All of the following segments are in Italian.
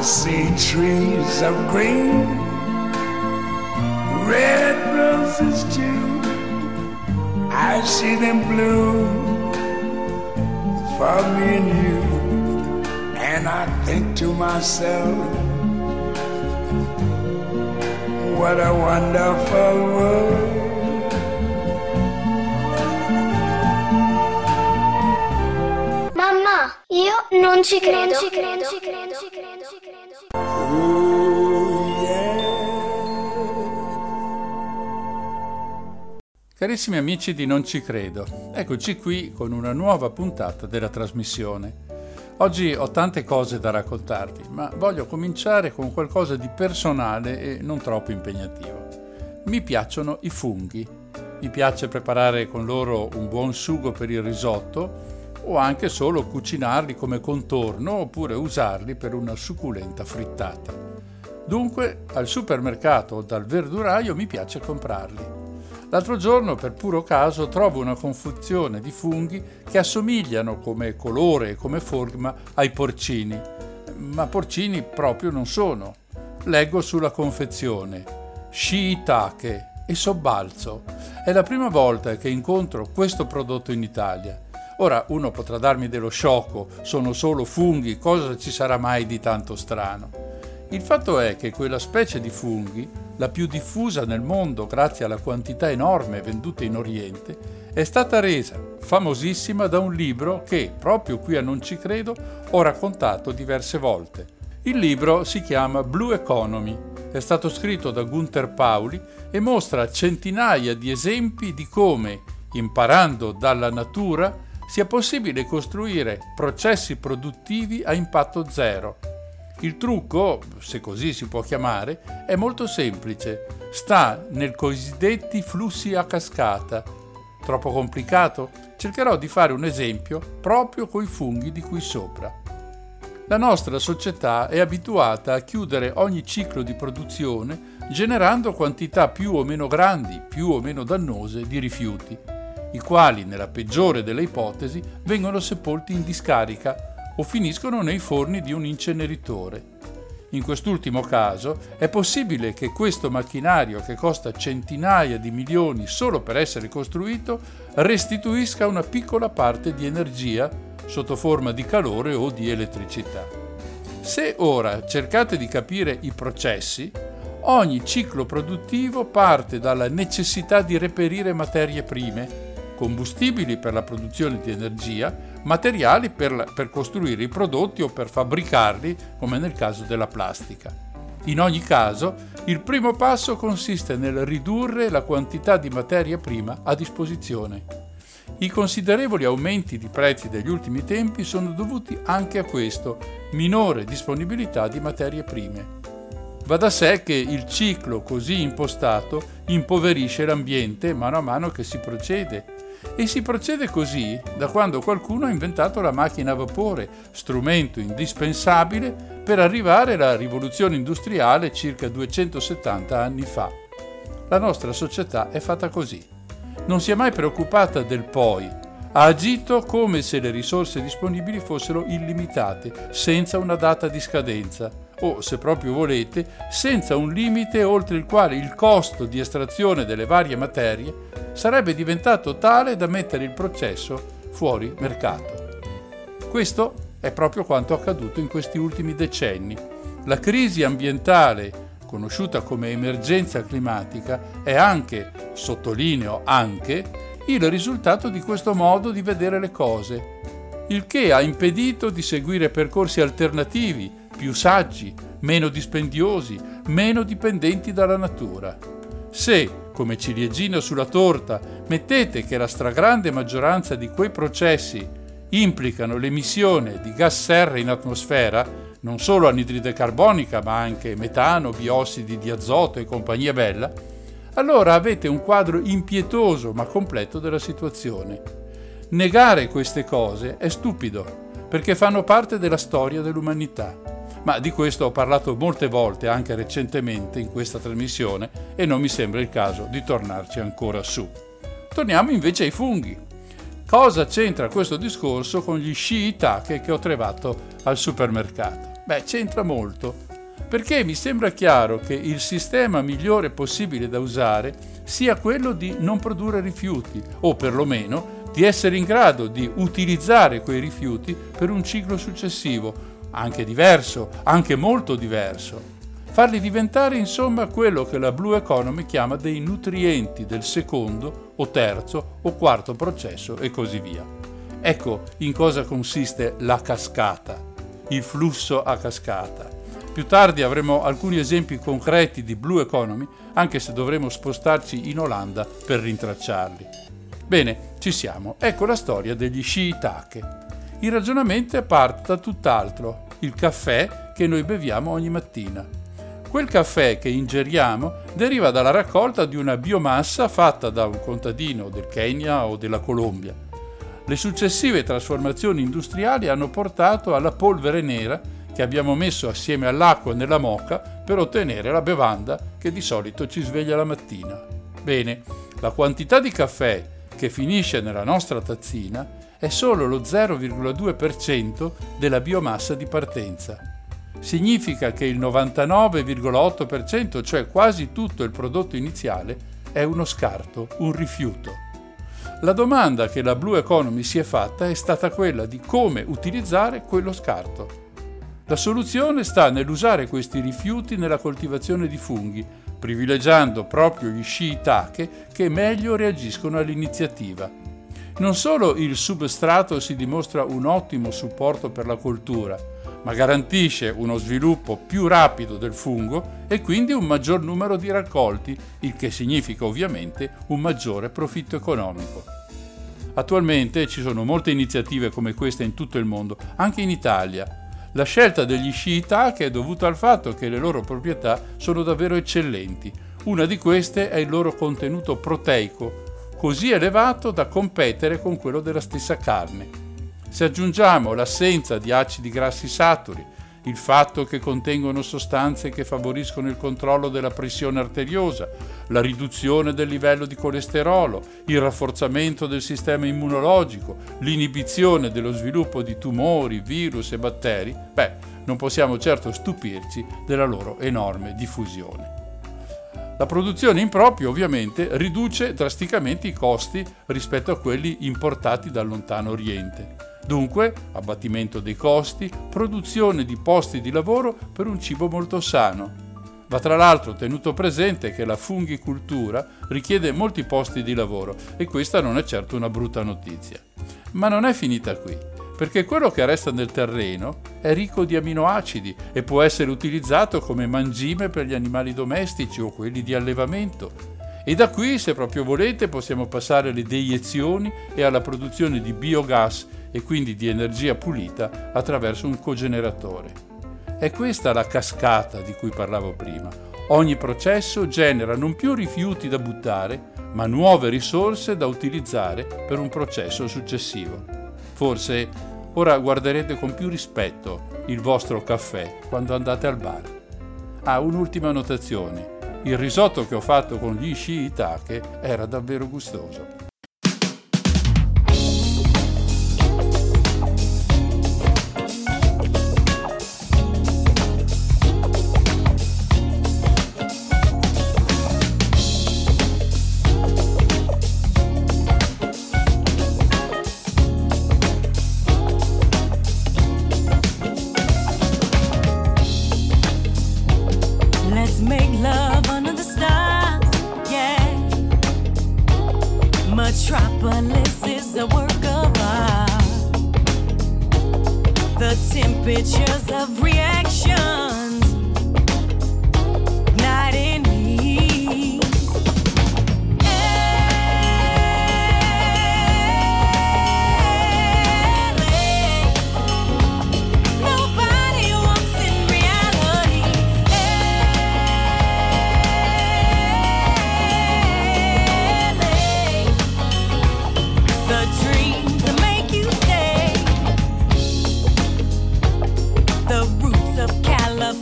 see trees of green, red roses too. I see them bloom for me and you. And I think to myself, what a wonderful world. Mamma, io non ci credo. Oh, yeah. Carissimi amici di Non ci credo, eccoci qui con una nuova puntata della trasmissione. Oggi ho tante cose da raccontarvi, ma voglio cominciare con qualcosa di personale e non troppo impegnativo. Mi piacciono i funghi. Mi piace preparare con loro un buon sugo per il risotto o anche solo cucinarli come contorno oppure usarli per una succulenta frittata. Dunque, al supermercato o dal verduraio mi piace comprarli. L'altro giorno, per puro caso, trovo una confezione di funghi che assomigliano come colore e come forma ai porcini, ma porcini proprio non sono. Leggo sulla confezione shiitake e sobbalzo. È la prima volta che incontro questo prodotto in Italia. Ora uno potrà darmi dello sciocco, sono solo funghi, cosa ci sarà mai di tanto strano? Il fatto è che quella specie di funghi, la più diffusa nel mondo grazie alla quantità enorme venduta in Oriente, è stata resa famosissima da un libro che, proprio qui a Non ci credo, ho raccontato diverse volte. Il libro si chiama Blue Economy, è stato scritto da Gunther Pauli e mostra centinaia di esempi di come, imparando dalla natura, sia possibile costruire processi produttivi a impatto zero. Il trucco, se così si può chiamare, è molto semplice, sta nei cosiddetti flussi a cascata. Troppo complicato? Cercherò di fare un esempio proprio coi funghi di qui sopra. La nostra società è abituata a chiudere ogni ciclo di produzione generando quantità più o meno grandi, più o meno dannose di rifiuti, i quali, nella peggiore delle ipotesi, vengono sepolti in discarica o finiscono nei forni di un inceneritore. In quest'ultimo caso è possibile che questo macchinario, che costa centinaia di milioni solo per essere costruito, restituisca una piccola parte di energia sotto forma di calore o di elettricità. Se ora cercate di capire i processi, ogni ciclo produttivo parte dalla necessità di reperire materie prime, combustibili per la produzione di energia, materiali per costruire i prodotti o per fabbricarli, come nel caso della plastica. In ogni caso, il primo passo consiste nel ridurre la quantità di materia prima a disposizione. I considerevoli aumenti di prezzi degli ultimi tempi sono dovuti anche a questo, minore disponibilità di materie prime. Va da sé che il ciclo così impostato impoverisce l'ambiente mano a mano che si procede. E si procede così da quando qualcuno ha inventato la macchina a vapore, strumento indispensabile per arrivare alla rivoluzione industriale circa 270 anni fa. La nostra società è fatta così. Non si è mai preoccupata del poi. Ha agito come se le risorse disponibili fossero illimitate, senza una data di scadenza, o, se proprio volete, senza un limite oltre il quale il costo di estrazione delle varie materie sarebbe diventato tale da mettere il processo fuori mercato. Questo è proprio quanto accaduto in questi ultimi decenni. La crisi ambientale, conosciuta come emergenza climatica, è anche, sottolineo anche, il risultato di questo modo di vedere le cose, il che ha impedito di seguire percorsi alternativi, più saggi, meno dispendiosi, meno dipendenti dalla natura. Se, come ciliegina sulla torta, mettete che la stragrande maggioranza di quei processi implicano l'emissione di gas serra in atmosfera, non solo anidride carbonica ma anche metano, biossidi di azoto e compagnia bella, allora avete un quadro impietoso ma completo della situazione. Negare queste cose è stupido, perché fanno parte della storia dell'umanità. Ma di questo ho parlato molte volte anche recentemente in questa trasmissione e non mi sembra il caso di tornarci ancora su. Torniamo invece ai funghi. Cosa c'entra questo discorso con gli shiitake che ho trovato al supermercato? Beh, c'entra molto, perché mi sembra chiaro che il sistema migliore possibile da usare sia quello di non produrre rifiuti, o perlomeno di essere in grado di utilizzare quei rifiuti per un ciclo successivo, anche diverso, anche molto diverso. Farli diventare insomma quello che la Blue Economy chiama dei nutrienti del secondo o terzo o quarto processo e così via. Ecco in cosa consiste la cascata, il flusso a cascata. Più tardi avremo alcuni esempi concreti di Blue Economy, anche se dovremo spostarci in Olanda per rintracciarli. Bene, ci siamo. Ecco la storia degli shiitake. Il ragionamento parte da tutt'altro, il caffè che noi beviamo ogni mattina. Quel caffè che ingeriamo deriva dalla raccolta di una biomassa fatta da un contadino del Kenya o della Colombia. Le successive trasformazioni industriali hanno portato alla polvere nera che abbiamo messo assieme all'acqua nella moka per ottenere la bevanda che di solito ci sveglia la mattina. Bene, la quantità di caffè che finisce nella nostra tazzina è solo lo 0,2% della biomassa di partenza. Significa che il 99,8%, cioè quasi tutto il prodotto iniziale, è uno scarto, un rifiuto. La domanda che la Blue Economy si è fatta è stata quella di come utilizzare quello scarto. La soluzione sta nell'usare questi rifiuti nella coltivazione di funghi, privilegiando proprio gli shiitake che meglio reagiscono all'iniziativa. Non solo il substrato si dimostra un ottimo supporto per la coltura, ma garantisce uno sviluppo più rapido del fungo e quindi un maggior numero di raccolti, il che significa ovviamente un maggiore profitto economico. Attualmente ci sono molte iniziative come questa in tutto il mondo, anche in Italia. La scelta degli shiitake è dovuta al fatto che le loro proprietà sono davvero eccellenti. Una di queste è il loro contenuto proteico, così elevato da competere con quello della stessa carne. Se aggiungiamo l'assenza di acidi grassi saturi, il fatto che contengono sostanze che favoriscono il controllo della pressione arteriosa, la riduzione del livello di colesterolo, il rafforzamento del sistema immunologico, l'inibizione dello sviluppo di tumori, virus e batteri, non possiamo certo stupirci della loro enorme diffusione. La produzione in proprio ovviamente riduce drasticamente i costi rispetto a quelli importati dal lontano Oriente. Dunque, abbattimento dei costi, produzione di posti di lavoro per un cibo molto sano. Va tra l'altro tenuto presente che la funghicultura richiede molti posti di lavoro e questa non è certo una brutta notizia. Ma non è finita qui, perché quello che resta nel terreno è ricco di aminoacidi e può essere utilizzato come mangime per gli animali domestici o quelli di allevamento. E da qui, se proprio volete, possiamo passare alle deiezioni e alla produzione di biogas e quindi di energia pulita attraverso un cogeneratore. È questa la cascata di cui parlavo prima. Ogni processo genera non più rifiuti da buttare, ma nuove risorse da utilizzare per un processo successivo. Forse ora guarderete con più rispetto il vostro caffè quando andate al bar. Un'ultima notazione. Il risotto che ho fatto con gli shiitake era davvero gustoso. Let's make love under the stars, yeah. Metropolis is a work of art. The temperatures of reactions, night and heat. Nobody walks in reality. The dreams that make you stay. The roots of California.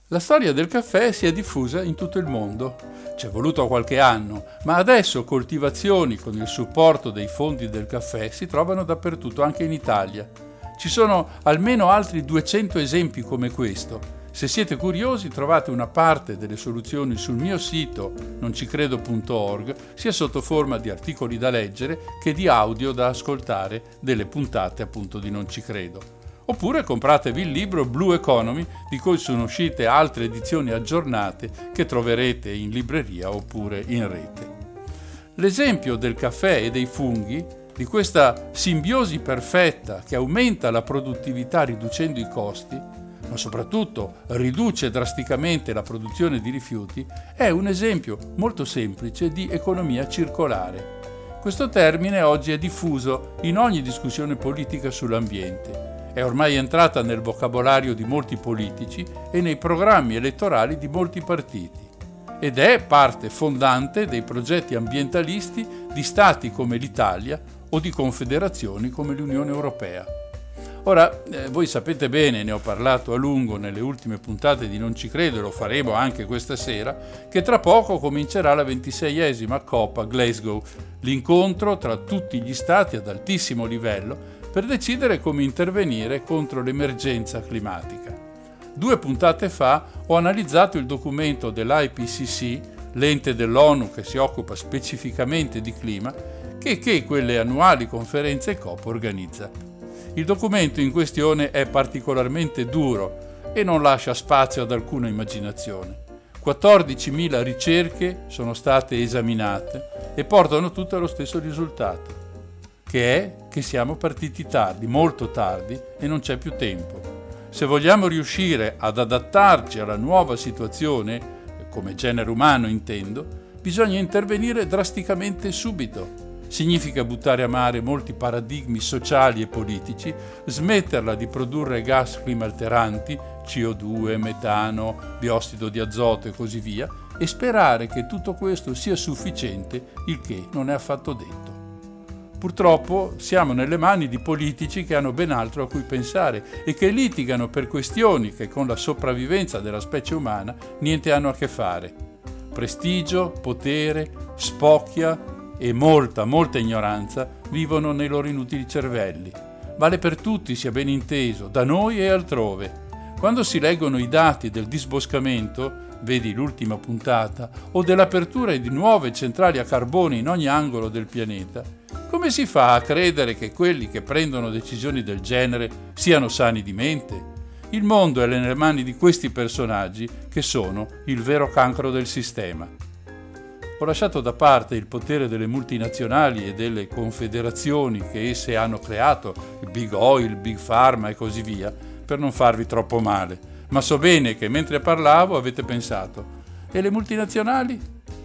La storia del caffè si è diffusa in tutto il mondo. Ci è voluto qualche anno, ma adesso coltivazioni con il supporto dei fondi del caffè si trovano dappertutto, anche in Italia. Ci sono almeno altri 200 esempi come questo. Se siete curiosi, trovate una parte delle soluzioni sul mio sito noncicredo.org, sia sotto forma di articoli da leggere che di audio da ascoltare delle puntate appunto di Non Ci Credo. Oppure compratevi il libro Blue Economy, di cui sono uscite altre edizioni aggiornate che troverete in libreria oppure in rete. L'esempio del caffè e dei funghi, di questa simbiosi perfetta che aumenta la produttività riducendo i costi, ma soprattutto riduce drasticamente la produzione di rifiuti, è un esempio molto semplice di economia circolare. Questo termine oggi è diffuso in ogni discussione politica sull'ambiente. È ormai entrata nel vocabolario di molti politici e nei programmi elettorali di molti partiti. Ed è parte fondante dei progetti ambientalisti di stati come l'Italia o di confederazioni come l'Unione Europea. Ora, voi sapete bene, ne ho parlato a lungo nelle ultime puntate di Non Ci Credo e lo faremo anche questa sera, che tra poco comincerà la 26esima COP a Glasgow, l'incontro tra tutti gli stati ad altissimo livello per decidere come intervenire contro l'emergenza climatica. 2 puntate fa ho analizzato il documento dell'IPCC, l'ente dell'ONU che si occupa specificamente di clima, che quelle annuali conferenze COP organizza. Il documento in questione è particolarmente duro e non lascia spazio ad alcuna immaginazione. 14.000 ricerche sono state esaminate e portano tutte allo stesso risultato, che è che siamo partiti tardi, molto tardi, e non c'è più tempo. Se vogliamo riuscire ad adattarci alla nuova situazione, come genere umano intendo, bisogna intervenire drasticamente subito. Significa buttare a mare molti paradigmi sociali e politici, smetterla di produrre gas climalteranti, CO2, metano, biossido di azoto e così via, e sperare che tutto questo sia sufficiente, il che non è affatto detto. Purtroppo siamo nelle mani di politici che hanno ben altro a cui pensare e che litigano per questioni che con la sopravvivenza della specie umana niente hanno a che fare. Prestigio, potere, spocchia e molta ignoranza vivono nei loro inutili cervelli. Vale per tutti, sia ben inteso, da noi e altrove. Quando si leggono i dati del disboscamento, vedi l'ultima puntata, o dell'apertura di nuove centrali a carbone in ogni angolo del pianeta, come si fa a credere che quelli che prendono decisioni del genere siano sani di mente? Il mondo è nelle mani di questi personaggi che sono il vero cancro del sistema. Ho lasciato da parte il potere delle multinazionali e delle confederazioni che esse hanno creato, il Big Oil, il Big Pharma e così via, per non farvi troppo male. Ma so bene che mentre parlavo avete pensato: e le multinazionali?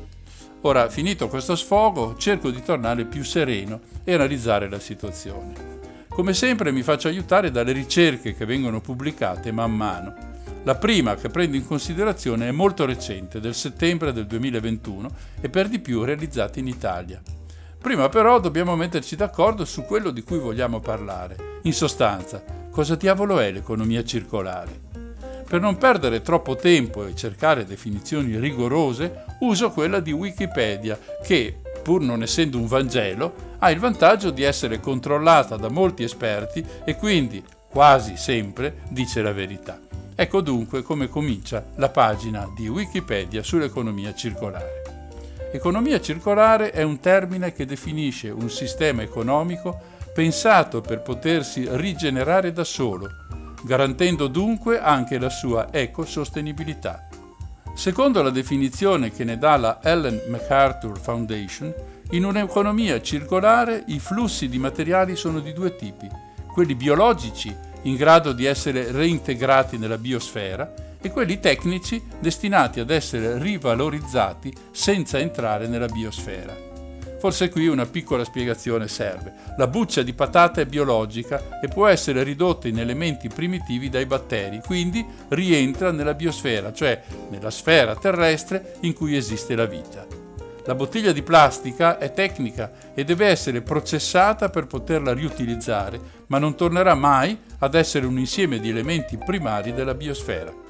Ora, finito questo sfogo, cerco di tornare più sereno e analizzare la situazione. Come sempre mi faccio aiutare dalle ricerche che vengono pubblicate man mano. La prima che prendo in considerazione è molto recente, del settembre del 2021 e per di più realizzata in Italia. Prima però dobbiamo metterci d'accordo su quello di cui vogliamo parlare. In sostanza, cosa diavolo è l'economia circolare? Per non perdere troppo tempo e cercare definizioni rigorose, uso quella di Wikipedia che, pur non essendo un Vangelo, ha il vantaggio di essere controllata da molti esperti e quindi, quasi sempre, dice la verità. Ecco dunque come comincia la pagina di Wikipedia sull'economia circolare. Economia circolare è un termine che definisce un sistema economico pensato per potersi rigenerare da solo, garantendo dunque anche la sua ecosostenibilità. Secondo la definizione che ne dà la Ellen MacArthur Foundation, in un'economia circolare i flussi di materiali sono di 2 tipi: quelli biologici, in grado di essere reintegrati nella biosfera, e quelli tecnici destinati ad essere rivalorizzati senza entrare nella biosfera. Forse qui una piccola spiegazione serve. La buccia di patata è biologica e può essere ridotta in elementi primitivi dai batteri, quindi rientra nella biosfera, cioè nella sfera terrestre in cui esiste la vita. La bottiglia di plastica è tecnica e deve essere processata per poterla riutilizzare, ma non tornerà mai ad essere un insieme di elementi primari della biosfera.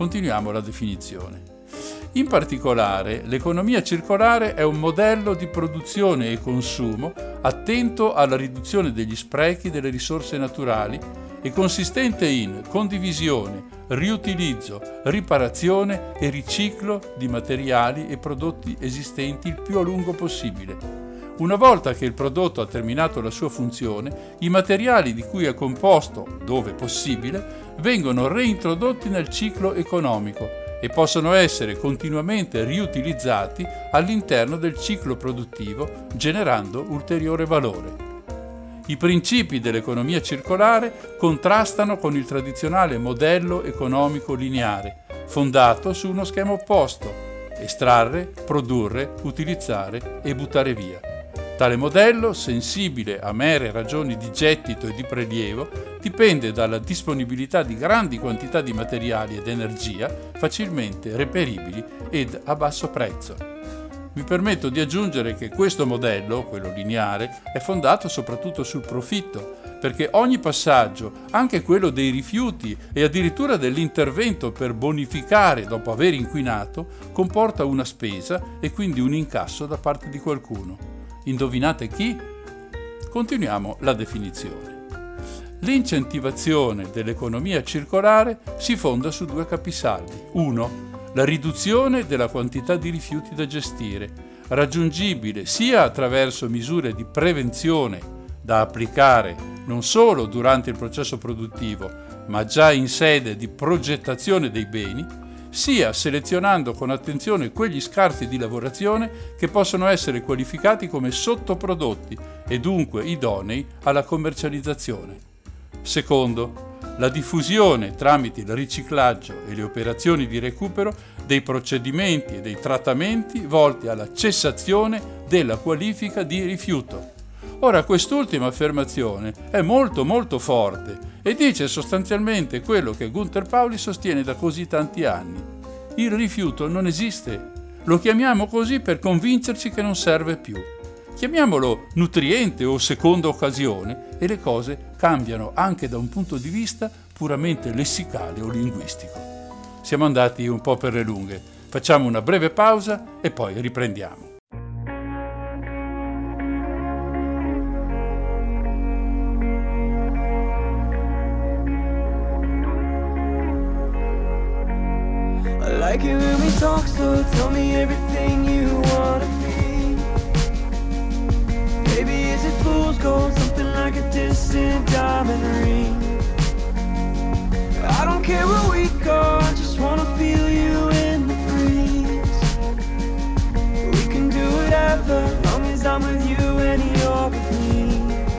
Continuiamo la definizione. In particolare, l'economia circolare è un modello di produzione e consumo attento alla riduzione degli sprechi delle risorse naturali e consistente in condivisione, riutilizzo, riparazione e riciclo di materiali e prodotti esistenti il più a lungo possibile. Una volta che il prodotto ha terminato la sua funzione, i materiali di cui è composto, dove possibile, vengono reintrodotti nel ciclo economico e possono essere continuamente riutilizzati all'interno del ciclo produttivo, generando ulteriore valore. I principi dell'economia circolare contrastano con il tradizionale modello economico lineare, fondato su uno schema opposto: estrarre, produrre, utilizzare e buttare via. Tale modello, sensibile a mere ragioni di gettito e di prelievo, dipende dalla disponibilità di grandi quantità di materiali ed energia facilmente reperibili ed a basso prezzo. Mi permetto di aggiungere che questo modello, quello lineare, è fondato soprattutto sul profitto, perché ogni passaggio, anche quello dei rifiuti e addirittura dell'intervento per bonificare dopo aver inquinato, comporta una spesa e quindi un incasso da parte di qualcuno. Indovinate chi? Continuiamo la definizione. L'incentivazione dell'economia circolare si fonda su due capisaldi. 1. La riduzione della quantità di rifiuti da gestire, raggiungibile sia attraverso misure di prevenzione da applicare non solo durante il processo produttivo, ma già in sede di progettazione dei beni, sia selezionando con attenzione quegli scarti di lavorazione che possono essere qualificati come sottoprodotti e dunque idonei alla commercializzazione. Secondo, la diffusione tramite il riciclaggio e le operazioni di recupero dei procedimenti e dei trattamenti volti alla cessazione della qualifica di rifiuto. Ora, quest'ultima affermazione è molto forte e dice sostanzialmente quello che Gunther Pauli sostiene da così tanti anni. Il rifiuto non esiste. Lo chiamiamo così per convincerci che non serve più. Chiamiamolo nutriente o seconda occasione e le cose cambiano anche da un punto di vista puramente lessicale o linguistico. Siamo andati un po' per le lunghe. Facciamo una breve pausa e poi riprendiamo. I like it when we talk slow, tell me everything you wanna be. Baby, is it fool's gold, something like a distant diamond ring? I don't care where we go, I just wanna feel you in the breeze. We can do whatever, long as I'm with you and you're with me.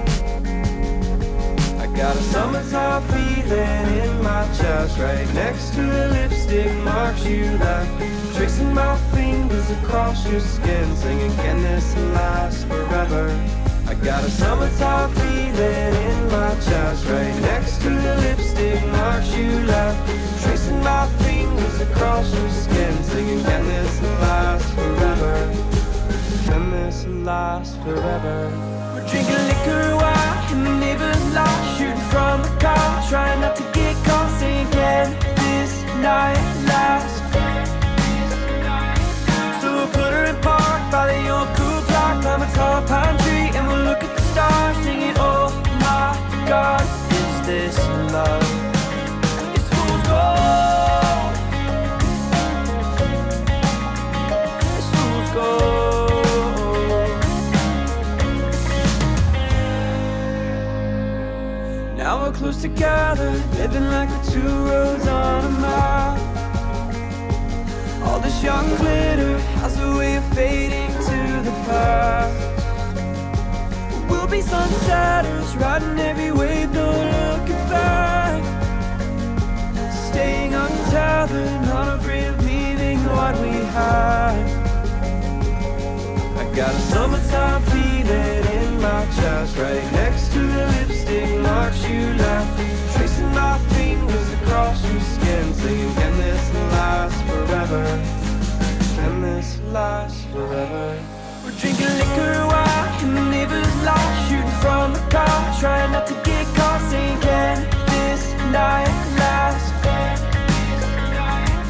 I got a summertime feeling in my chest, right next to the lipstick marks you left, tracing my fingers across your skin, singing, can this last forever? I got a summertime feeling in my chest, right next to the lipstick marks you left, tracing my fingers across your skin, singing, can this last forever? Can this last forever? We're drinking liquor while in the neighbor's lot, shooting from the car, trying not to get caught, saying, can this night last? So we'll put her in park by the old cool block, climb a tall pine tree, and we'll look at the stars, singing, oh my God, is this love? It's fool's gold. It's fool's gold. Now we're close together, living like the two roads on a map. All this young glitter has a way of fading to the past. We'll be sunsetters, riding every wave, no looking back. Staying untethered, not afraid of leaving what we had. I got a summertime feeling in my chest, right next to the lipstick marks you left, tracing my fingers across your skin, singing, can this last forever? Can this last forever? We're drinking liquor while in the neighbor's lot, shooting from the car, trying not to get caught, saying, can this night last?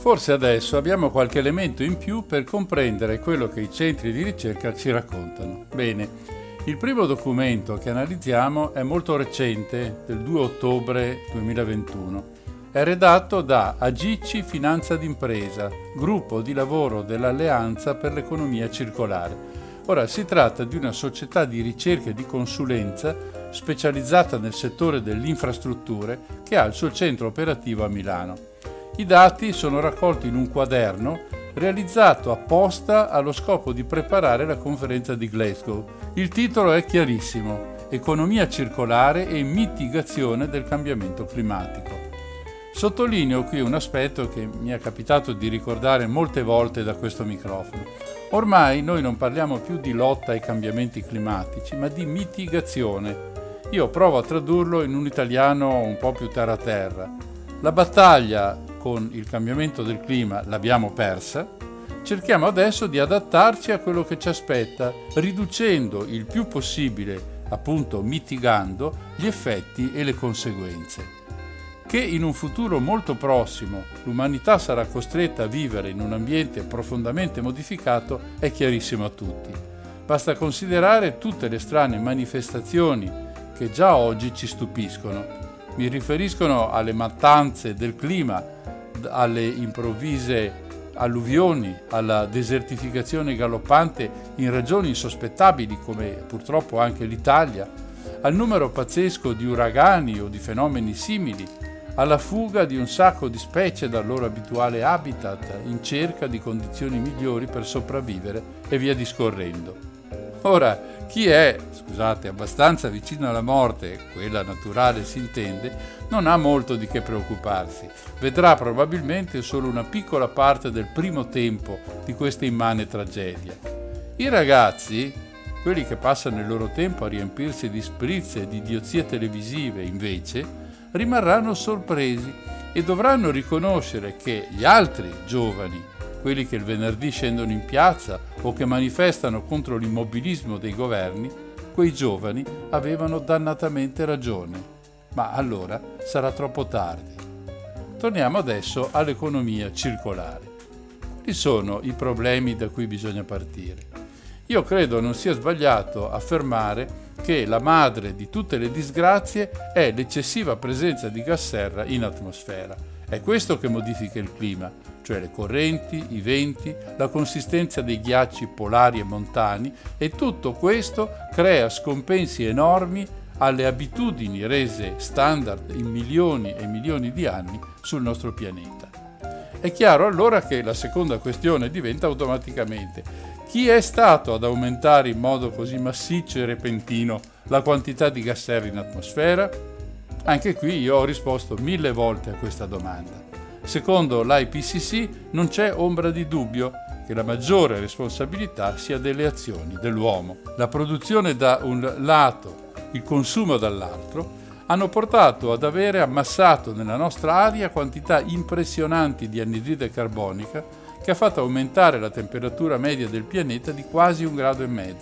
Forse adesso abbiamo qualche elemento in più per comprendere quello che i centri di ricerca ci raccontano. Bene, il primo documento che analizziamo è molto recente, del 2 ottobre 2021. È redatto da Agici Finanza d'Impresa, gruppo di lavoro dell'Alleanza per l'Economia Circolare. Ora, si tratta di una società di ricerca e di consulenza specializzata nel settore delle infrastrutture che ha il suo centro operativo a Milano. I dati sono raccolti in un quaderno realizzato apposta allo scopo di preparare la conferenza di Glasgow. Il titolo è chiarissimo: Economia circolare e mitigazione del cambiamento climatico. Sottolineo qui un aspetto che mi è capitato di ricordare molte volte da questo microfono. Ormai noi non parliamo più di lotta ai cambiamenti climatici, ma di mitigazione. Io provo a tradurlo in un italiano un po' più terra-terra. La battaglia con il cambiamento del clima l'abbiamo persa, cerchiamo adesso di adattarci a quello che ci aspetta, riducendo il più possibile, appunto mitigando, gli effetti e le conseguenze. Che in un futuro molto prossimo l'umanità sarà costretta a vivere in un ambiente profondamente modificato è chiarissimo a tutti. Basta considerare tutte le strane manifestazioni che già oggi ci stupiscono. Mi riferiscono alle mattanze del clima, alle improvvise alluvioni, alla desertificazione galoppante in regioni insospettabili come purtroppo anche l'Italia, al numero pazzesco di uragani o di fenomeni simili, alla fuga di un sacco di specie dal loro abituale habitat in cerca di condizioni migliori per sopravvivere e via discorrendo. Ora, chi è, abbastanza vicino alla morte, quella naturale si intende, non ha molto di che preoccuparsi. Vedrà probabilmente solo una piccola parte del primo tempo di questa immane tragedia. I ragazzi, quelli che passano il loro tempo a riempirsi di spritz e di idiozie televisive, invece, rimarranno sorpresi e dovranno riconoscere che gli altri giovani, quelli che il venerdì scendono in piazza o che manifestano contro l'immobilismo dei governi, quei giovani avevano dannatamente ragione. Ma allora sarà troppo tardi. Torniamo adesso all'economia circolare. Quali sono i problemi da cui bisogna partire? Io credo non sia sbagliato affermare che la madre di tutte le disgrazie è l'eccessiva presenza di gas serra in atmosfera. È questo che modifica il clima, cioè le correnti, i venti, la consistenza dei ghiacci polari e montani, e tutto questo crea scompensi enormi alle abitudini rese standard in milioni e milioni di anni sul nostro pianeta. È chiaro allora che la seconda questione diventa automaticamente: chi è stato ad aumentare in modo così massiccio e repentino la quantità di gas serra in atmosfera? Anche qui io ho risposto 1000 volte a questa domanda. Secondo l'IPCC non c'è ombra di dubbio che la maggiore responsabilità sia delle azioni dell'uomo. La produzione da un lato, il consumo dall'altro, hanno portato ad avere ammassato nella nostra aria quantità impressionanti di anidride carbonica che ha fatto aumentare la temperatura media del pianeta di quasi 1,5 gradi.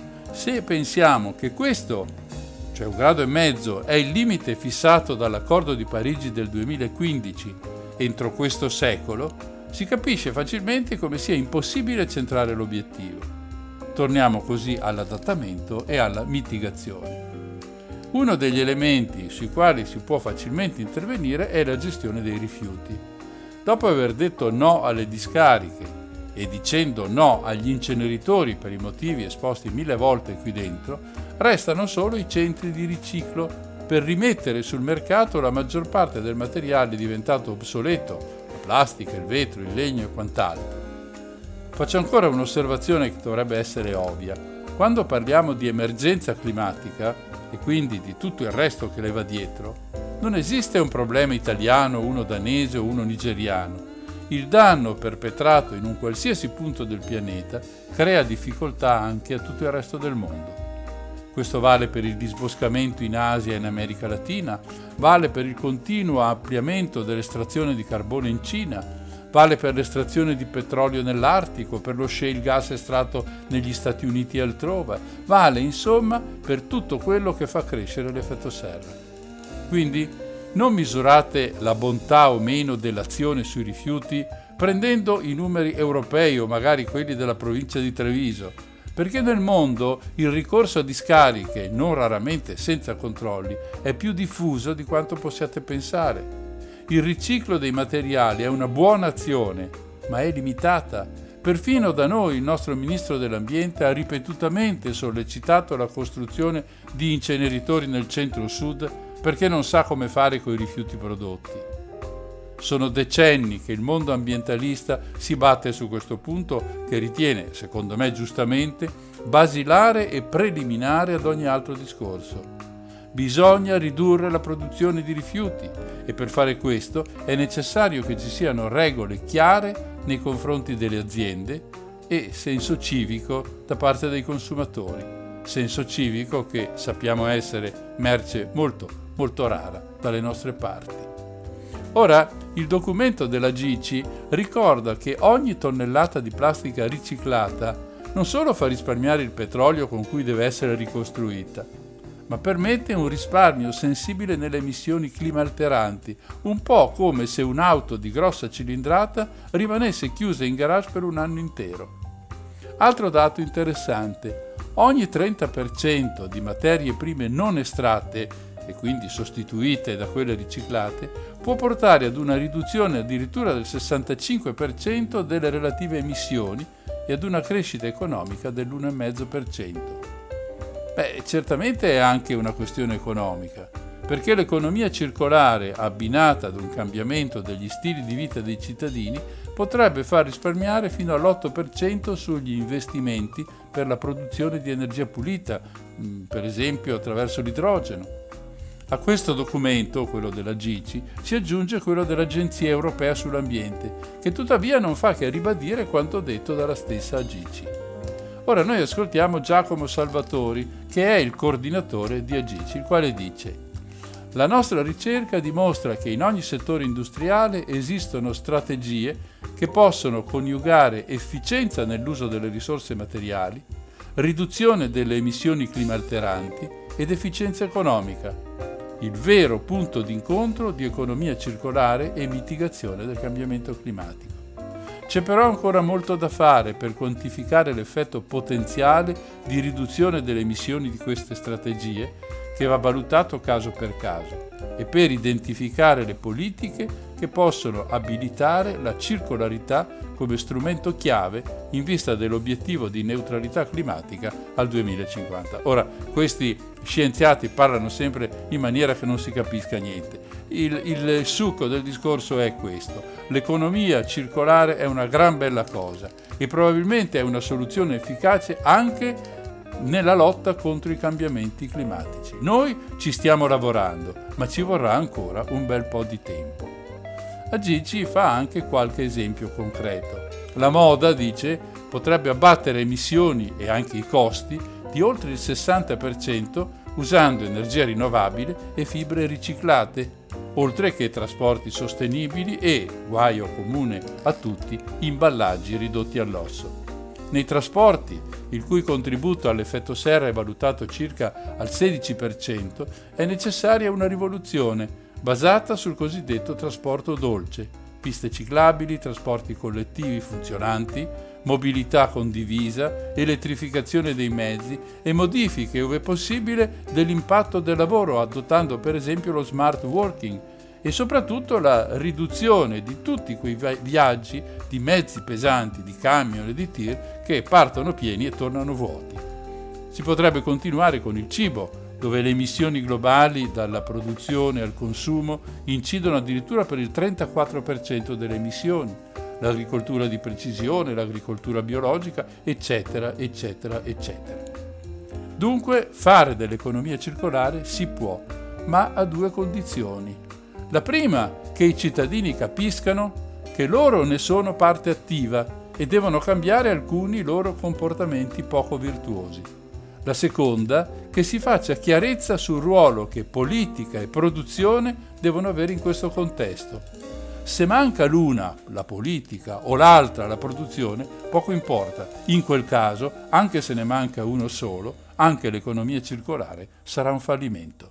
Se pensiamo che questo, cioè 1,5 gradi, è il limite fissato dall'Accordo di Parigi del 2015 entro questo secolo, si capisce facilmente come sia impossibile centrare l'obiettivo. Torniamo così all'adattamento e alla mitigazione. Uno degli elementi sui quali si può facilmente intervenire è la gestione dei rifiuti. Dopo aver detto no alle discariche e dicendo no agli inceneritori per i motivi esposti 1000 volte qui dentro, restano solo i centri di riciclo per rimettere sul mercato la maggior parte del materiale diventato obsoleto, la plastica, il vetro, il legno e quant'altro. Faccio ancora un'osservazione che dovrebbe essere ovvia. Quando parliamo di emergenza climatica, e quindi di tutto il resto che le va dietro, non esiste un problema italiano, uno danese o uno nigeriano. Il danno perpetrato in un qualsiasi punto del pianeta crea difficoltà anche a tutto il resto del mondo. Questo vale per il disboscamento in Asia e in America Latina, vale per il continuo ampliamento dell'estrazione di carbone in Cina, vale per l'estrazione di petrolio nell'Artico, per lo shale gas estratto negli Stati Uniti e altrove, vale insomma per tutto quello che fa crescere l'effetto serra. Quindi non misurate la bontà o meno dell'azione sui rifiuti prendendo i numeri europei o magari quelli della provincia di Treviso, perché nel mondo il ricorso a discariche, non raramente senza controlli, è più diffuso di quanto possiate pensare. Il riciclo dei materiali è una buona azione, ma è limitata. Perfino da noi il nostro Ministro dell'Ambiente ha ripetutamente sollecitato la costruzione di inceneritori nel centro-sud perché non sa come fare con i rifiuti prodotti. Sono decenni che il mondo ambientalista si batte su questo punto che ritiene, secondo me giustamente, basilare e preliminare ad ogni altro discorso. Bisogna ridurre la produzione di rifiuti e per fare questo è necessario che ci siano regole chiare nei confronti delle aziende e senso civico da parte dei consumatori. Senso civico che sappiamo essere merce molto, molto rara dalle nostre parti. Ora, il documento della GICI ricorda che ogni tonnellata di plastica riciclata non solo fa risparmiare il petrolio con cui deve essere ricostruita, ma permette un risparmio sensibile nelle emissioni climalteranti, un po' come se un'auto di grossa cilindrata rimanesse chiusa in garage per un anno intero. Altro dato interessante: ogni 30% di materie prime non estratte e quindi sostituite da quelle riciclate può portare ad una riduzione addirittura del 65% delle relative emissioni e ad una crescita economica dell'1,5%. Certamente è anche una questione economica, perché l'economia circolare abbinata ad un cambiamento degli stili di vita dei cittadini potrebbe far risparmiare fino all'8% sugli investimenti per la produzione di energia pulita, per esempio attraverso l'idrogeno. A questo documento, quello della GICI, si aggiunge quello dell'Agenzia Europea sull'Ambiente, che tuttavia non fa che ribadire quanto detto dalla stessa GICI. Ora noi ascoltiamo Giacomo Salvatori, che è il coordinatore di AGICI, il quale dice: la nostra ricerca dimostra che in ogni settore industriale esistono strategie che possono coniugare efficienza nell'uso delle risorse materiali, riduzione delle emissioni climalteranti ed efficienza economica, il vero punto d'incontro di economia circolare e mitigazione del cambiamento climatico. C'è però ancora molto da fare per quantificare l'effetto potenziale di riduzione delle emissioni di queste strategie, che va valutato caso per caso, e per identificare le politiche che possono abilitare la circolarità come strumento chiave in vista dell'obiettivo di neutralità climatica al 2050. Ora, questi scienziati parlano sempre in maniera che non si capisca niente. Il succo del discorso è questo: l'economia circolare è una gran bella cosa e probabilmente è una soluzione efficace anche nella lotta contro i cambiamenti climatici. Noi ci stiamo lavorando, ma ci vorrà ancora un bel po' di tempo. AGICI fa anche qualche esempio concreto. La moda, dice, potrebbe abbattere emissioni e anche i costi di oltre il 60% usando energia rinnovabile e fibre riciclate, oltre che trasporti sostenibili e, guaio comune a tutti, imballaggi ridotti all'osso. Nei trasporti, il cui contributo all'effetto serra è valutato circa al 16%, è necessaria una rivoluzione basata sul cosiddetto trasporto dolce, piste ciclabili, trasporti collettivi funzionanti, mobilità condivisa, elettrificazione dei mezzi e modifiche, ove possibile, dell'impatto del lavoro, adottando per esempio lo smart working, e soprattutto la riduzione di tutti quei viaggi di mezzi pesanti, di camion e di tir che partono pieni e tornano vuoti. Si potrebbe continuare con il cibo, dove le emissioni globali dalla produzione al consumo incidono addirittura per il 34% delle emissioni, l'agricoltura di precisione, l'agricoltura biologica, eccetera, eccetera, eccetera. Dunque, fare dell'economia circolare si può, ma a due condizioni. La prima, che i cittadini capiscano che loro ne sono parte attiva e devono cambiare alcuni loro comportamenti poco virtuosi. La seconda, che si faccia chiarezza sul ruolo che politica e produzione devono avere in questo contesto. Se manca l'una, la politica, o l'altra, la produzione, poco importa. In quel caso, anche se ne manca uno solo, anche l'economia circolare sarà un fallimento.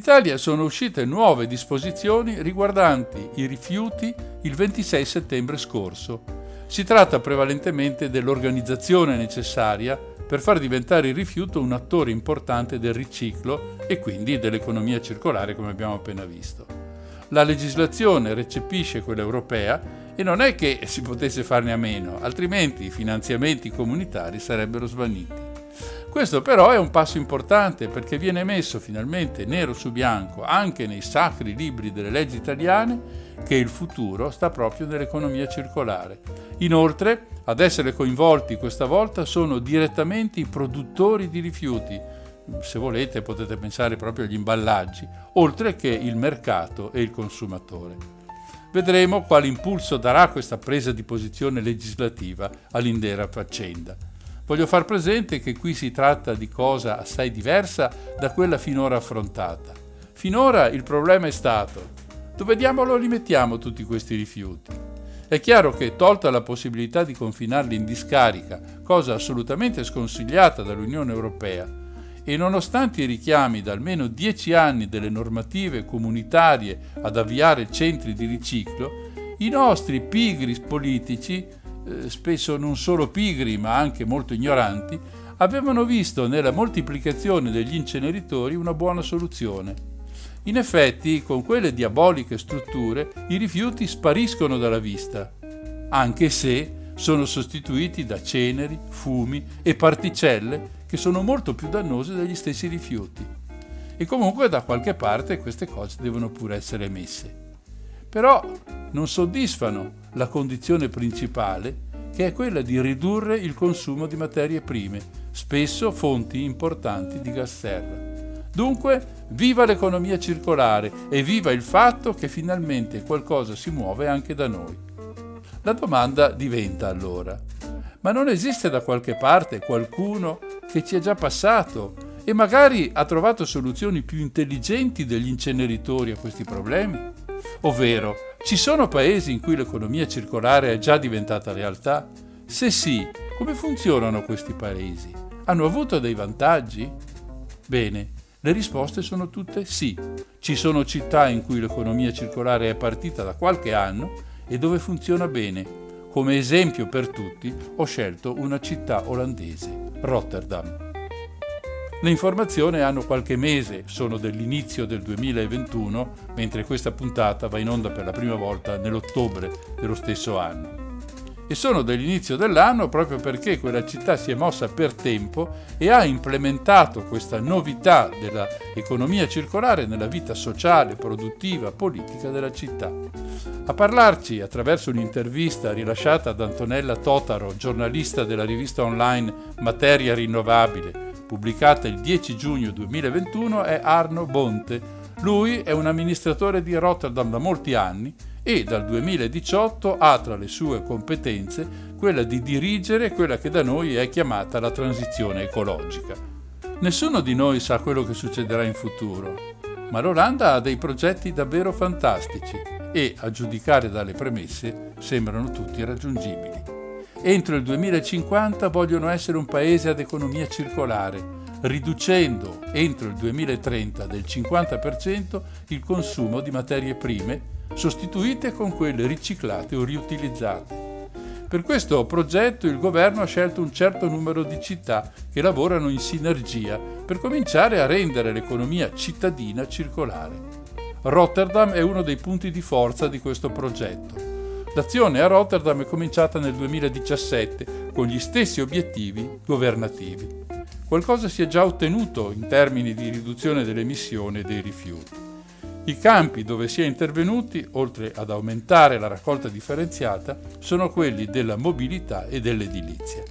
Italia sono uscite nuove disposizioni riguardanti i rifiuti il 26 settembre scorso. Si tratta prevalentemente dell'organizzazione necessaria per far diventare il rifiuto un attore importante del riciclo e quindi dell'economia circolare, come abbiamo appena visto. La legislazione recepisce quella europea e non è che si potesse farne a meno, altrimenti i finanziamenti comunitari sarebbero svaniti. Questo però è un passo importante perché viene messo finalmente nero su bianco anche nei sacri libri delle leggi italiane che il futuro sta proprio nell'economia circolare. Inoltre, ad essere coinvolti questa volta sono direttamente i produttori di rifiuti, se volete potete pensare proprio agli imballaggi, oltre che il mercato e il consumatore. Vedremo quale impulso darà questa presa di posizione legislativa all'intera faccenda. Voglio far presente che qui si tratta di cosa assai diversa da quella finora affrontata. Finora il problema è stato: dove diavolo li mettiamo tutti questi rifiuti? È chiaro che, tolta la possibilità di confinarli in discarica, cosa assolutamente sconsigliata dall'Unione Europea, e nonostante i richiami da almeno 10 anni delle normative comunitarie ad avviare centri di riciclo, i nostri pigri politici, spesso non solo pigri ma anche molto ignoranti, avevano visto nella moltiplicazione degli inceneritori una buona soluzione. In effetti, con quelle diaboliche strutture, i rifiuti spariscono dalla vista, anche se sono sostituiti da ceneri, fumi e particelle che sono molto più dannose degli stessi rifiuti. E comunque da qualche parte queste cose devono pure essere messe. Però non soddisfano la condizione principale, che è quella di ridurre il consumo di materie prime, spesso fonti importanti di gas serra. Dunque, viva l'economia circolare e viva il fatto che finalmente qualcosa si muove anche da noi. La domanda diventa allora: ma non esiste da qualche parte qualcuno che ci è già passato e magari ha trovato soluzioni più intelligenti degli inceneritori a questi problemi? Ovvero, ci sono paesi in cui l'economia circolare è già diventata realtà? Se sì, come funzionano questi paesi? Hanno avuto dei vantaggi? Bene, le risposte sono tutte sì. Ci sono città in cui l'economia circolare è partita da qualche anno e dove funziona bene. Come esempio per tutti ho scelto una città olandese, Rotterdam. Le informazioni hanno qualche mese, sono dell'inizio del 2021, mentre questa puntata va in onda per la prima volta nell'ottobre dello stesso anno. E sono dell'inizio dell'anno proprio perché quella città si è mossa per tempo e ha implementato questa novità dell'economia circolare nella vita sociale, produttiva, politica della città. A parlarci, attraverso un'intervista rilasciata ad Antonella Totaro, giornalista della rivista online Materia Rinnovabile, pubblicata il 10 giugno 2021, è Arno Bonte. Lui è un amministratore di Rotterdam da molti anni e dal 2018 ha tra le sue competenze quella di dirigere quella che da noi è chiamata la transizione ecologica. Nessuno di noi sa quello che succederà in futuro, ma l'Olanda ha dei progetti davvero fantastici e, a giudicare dalle premesse, sembrano tutti raggiungibili. Entro il 2050 vogliono essere un paese ad economia circolare, riducendo entro il 2030 del 50% il consumo di materie prime, sostituite con quelle riciclate o riutilizzate. Per questo progetto il governo ha scelto un certo numero di città che lavorano in sinergia per cominciare a rendere l'economia cittadina circolare. Rotterdam è uno dei punti di forza di questo progetto. L'azione a Rotterdam è cominciata nel 2017 con gli stessi obiettivi governativi. Qualcosa si è già ottenuto in termini di riduzione delle emissioni dei rifiuti. I campi dove si è intervenuti, oltre ad aumentare la raccolta differenziata, sono quelli della mobilità e dell'edilizia.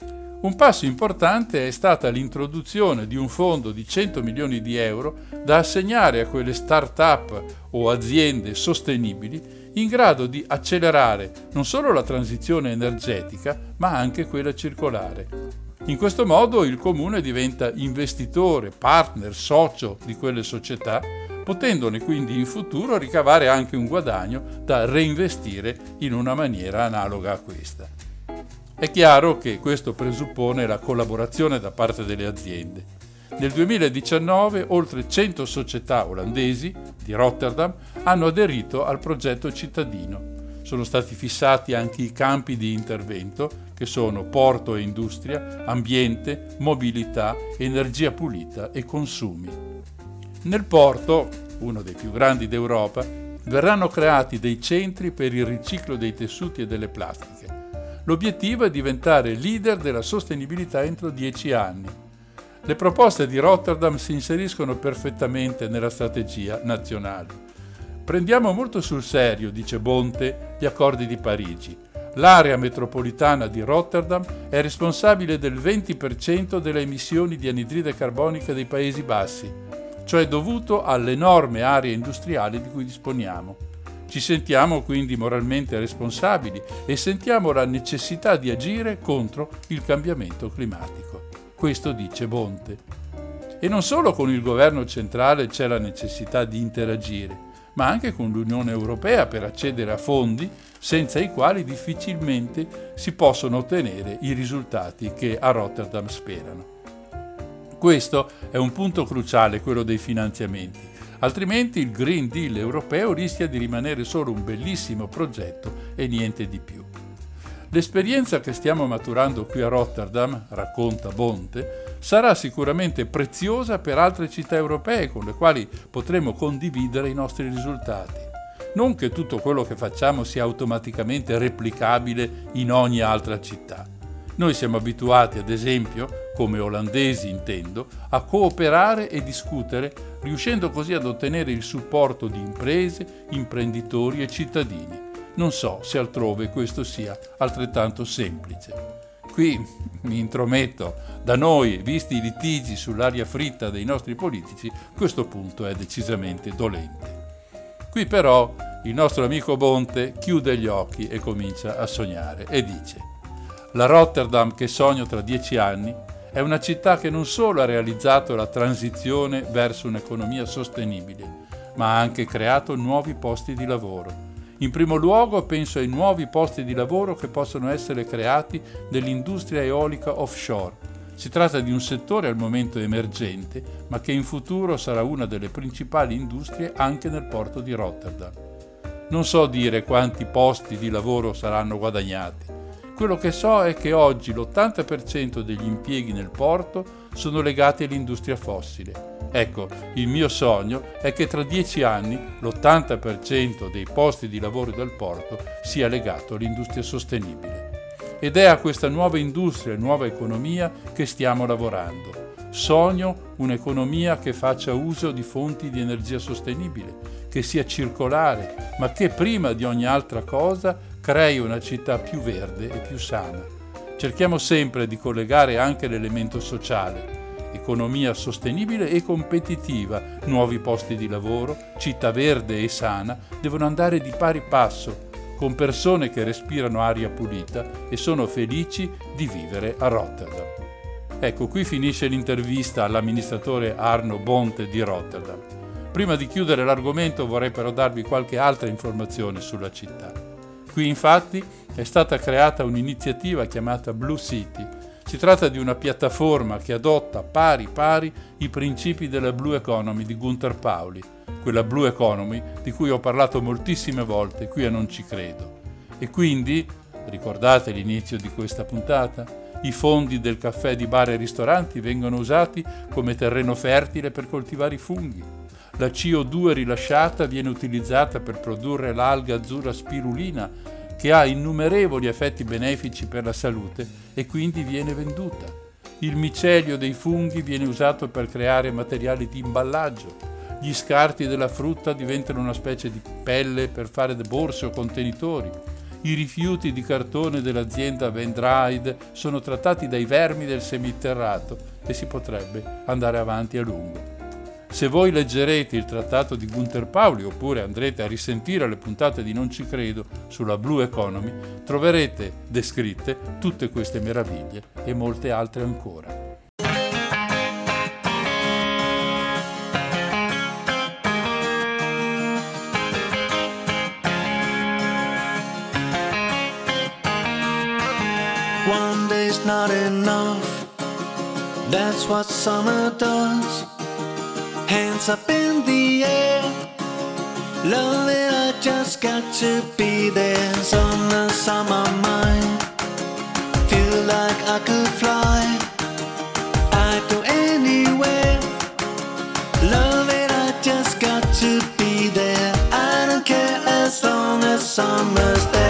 Un passo importante è stata l'introduzione di un fondo di 100 milioni di euro da assegnare a quelle start-up o aziende sostenibili in grado di accelerare non solo la transizione energetica, ma anche quella circolare. In questo modo il comune diventa investitore, partner, socio di quelle società, potendone quindi in futuro ricavare anche un guadagno da reinvestire in una maniera analoga a questa. È chiaro che questo presuppone la collaborazione da parte delle aziende. Nel 2019 oltre 100 società olandesi di Rotterdam hanno aderito al progetto cittadino. Sono stati fissati anche i campi di intervento, che sono porto e industria, ambiente, mobilità, energia pulita e consumi. Nel porto, uno dei più grandi d'Europa, verranno creati dei centri per il riciclo dei tessuti e delle plastiche. L'obiettivo è diventare leader della sostenibilità entro 10 anni. Le proposte di Rotterdam si inseriscono perfettamente nella strategia nazionale. Prendiamo molto sul serio, dice Bonte, gli accordi di Parigi. L'area metropolitana di Rotterdam è responsabile del 20% delle emissioni di anidride carbonica dei Paesi Bassi, cioè dovuto all'enorme area industriale di cui disponiamo. Ci sentiamo quindi moralmente responsabili e sentiamo la necessità di agire contro il cambiamento climatico. Questo dice Bonte. E non solo con il governo centrale c'è la necessità di interagire, ma anche con l'Unione Europea per accedere a fondi senza i quali difficilmente si possono ottenere i risultati che a Rotterdam sperano. Questo è un punto cruciale, quello dei finanziamenti, altrimenti il Green Deal europeo rischia di rimanere solo un bellissimo progetto e niente di più. L'esperienza che stiamo maturando qui a Rotterdam, racconta Bonte, sarà sicuramente preziosa per altre città europee con le quali potremo condividere i nostri risultati. Non che tutto quello che facciamo sia automaticamente replicabile in ogni altra città. Noi siamo abituati, ad esempio, come olandesi intendo, a cooperare e discutere, riuscendo così ad ottenere il supporto di imprese, imprenditori e cittadini. Non so se altrove questo sia altrettanto semplice. Qui mi intrometto, da noi, visti i litigi sull'aria fritta dei nostri politici, questo punto è decisamente dolente. Qui però il nostro amico Bonte chiude gli occhi e comincia a sognare e dice: la Rotterdam che sogno tra 10 anni è una città che non solo ha realizzato la transizione verso un'economia sostenibile, ma ha anche creato nuovi posti di lavoro. In primo luogo penso ai nuovi posti di lavoro che possono essere creati nell'industria eolica offshore. Si tratta di un settore al momento emergente, ma che in futuro sarà una delle principali industrie anche nel porto di Rotterdam. Non so dire quanti posti di lavoro saranno guadagnati. Quello che so è che oggi l'80% degli impieghi nel porto sono legati all'industria fossile. Ecco, il mio sogno è che tra 10 anni l'80% dei posti di lavoro del porto sia legato all'industria sostenibile. Ed è a questa nuova industria e nuova economia che stiamo lavorando. Sogno un'economia che faccia uso di fonti di energia sostenibile, che sia circolare, ma che prima di ogni altra cosa crei una città più verde e più sana. Cerchiamo sempre di collegare anche l'elemento sociale. Economia sostenibile e competitiva, nuovi posti di lavoro, città verde e sana devono andare di pari passo, con persone che respirano aria pulita e sono felici di vivere a Rotterdam. Ecco, qui finisce l'intervista all'amministratore Arno Bonte di Rotterdam. Prima di chiudere l'argomento vorrei però darvi qualche altra informazione sulla città. Qui infatti è stata creata un'iniziativa chiamata Blue City. Si tratta di una piattaforma che adotta pari i principi della Blue Economy di Gunther Pauli, quella Blue Economy di cui ho parlato moltissime volte qui a Non Ci Credo. E quindi, ricordate l'inizio di questa puntata? I fondi del caffè di bar e ristoranti vengono usati come terreno fertile per coltivare i funghi. La CO2 rilasciata viene utilizzata per produrre l'alga azzurra spirulina, che ha innumerevoli effetti benefici per la salute e quindi viene venduta. Il micelio dei funghi viene usato per creare materiali di imballaggio. Gli scarti della frutta diventano una specie di pelle per fare borse o contenitori. I rifiuti di cartone dell'azienda Vendride sono trattati dai vermi del seminterrato e si potrebbe andare avanti a lungo. Se voi leggerete il trattato di Gunther Pauli oppure andrete a risentire le puntate di Non Ci Credo sulla Blue Economy, troverete descritte tutte queste meraviglie e molte altre ancora. One day's not enough, That's what summer does. Hands up in the air. Love it, I just got to be there. Summer's on my mind. Feel like I could fly. I'd go anywhere. Love it, I just got to be there. I don't care as long as summer's there.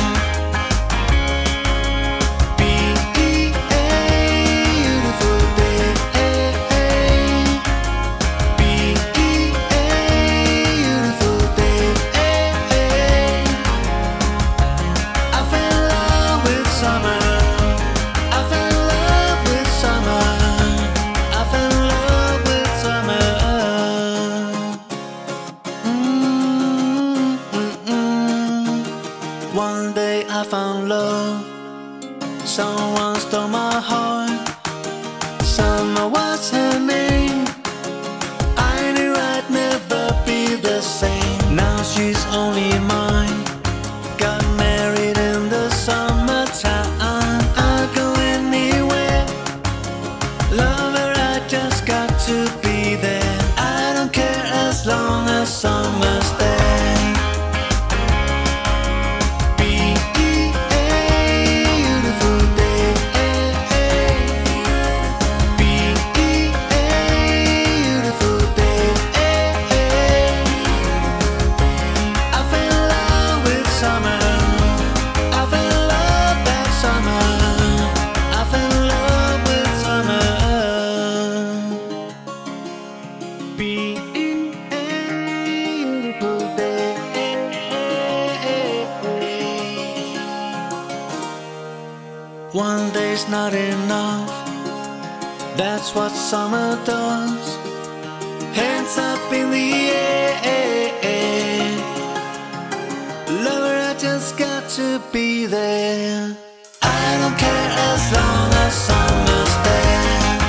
One day I found love. Someone stole my heart. Summer was her name. I knew I'd never be the same. Now she's only mine. Got married in the summertime. I'd go anywhere. Love her, I just got to be there. I don't care as long as summer's there. One day's not enough. That's what summer does. Hands up in the air. Lover, I just got to be there. I don't care as long as summer's there.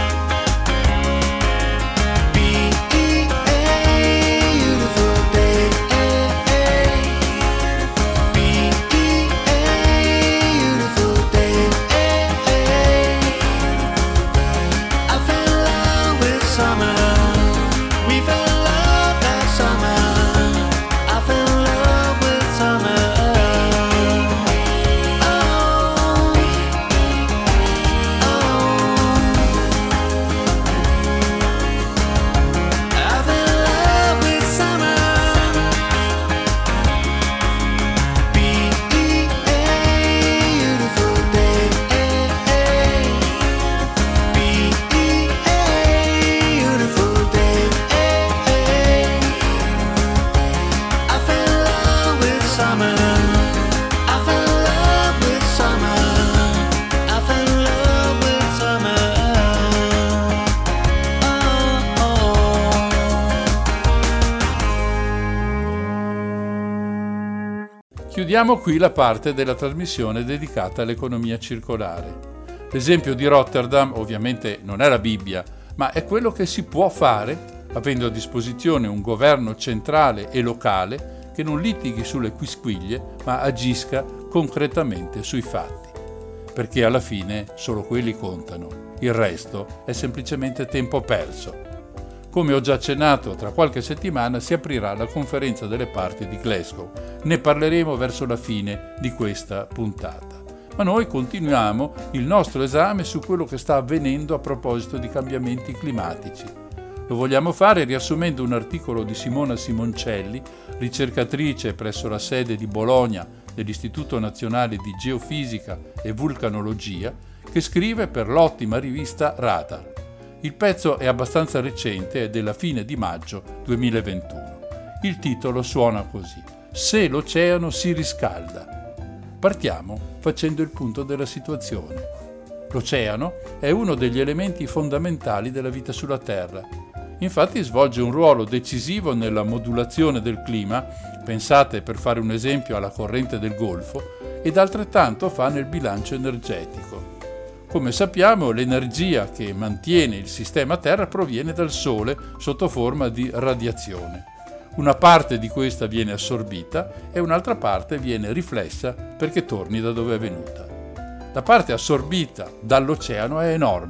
Chiudiamo qui la parte della trasmissione dedicata all'economia circolare. L'esempio di Rotterdam ovviamente non è la Bibbia, ma è quello che si può fare avendo a disposizione un governo centrale e locale che non litighi sulle quisquiglie, ma agisca concretamente sui fatti. Perché alla fine solo quelli contano, il resto è semplicemente tempo perso. Come ho già accennato, tra qualche settimana si aprirà la conferenza delle parti di Glasgow. Ne parleremo verso la fine di questa puntata. Ma noi continuiamo il nostro esame su quello che sta avvenendo a proposito di cambiamenti climatici. Lo vogliamo fare riassumendo un articolo di Simona Simoncelli, ricercatrice presso la sede di Bologna dell'Istituto Nazionale di Geofisica e Vulcanologia, che scrive per l'ottima rivista Radar. Il pezzo è abbastanza recente, è della fine di maggio 2021. Il titolo suona così: Se l'oceano si riscalda. Partiamo facendo il punto della situazione. L'oceano è uno degli elementi fondamentali della vita sulla Terra. Infatti svolge un ruolo decisivo nella modulazione del clima, pensate per fare un esempio alla corrente del Golfo, ed altrettanto fa nel bilancio energetico. Come sappiamo, l'energia che mantiene il sistema Terra proviene dal Sole sotto forma di radiazione. Una parte di questa viene assorbita e un'altra parte viene riflessa perché torni da dove è venuta. La parte assorbita dall'oceano è enorme,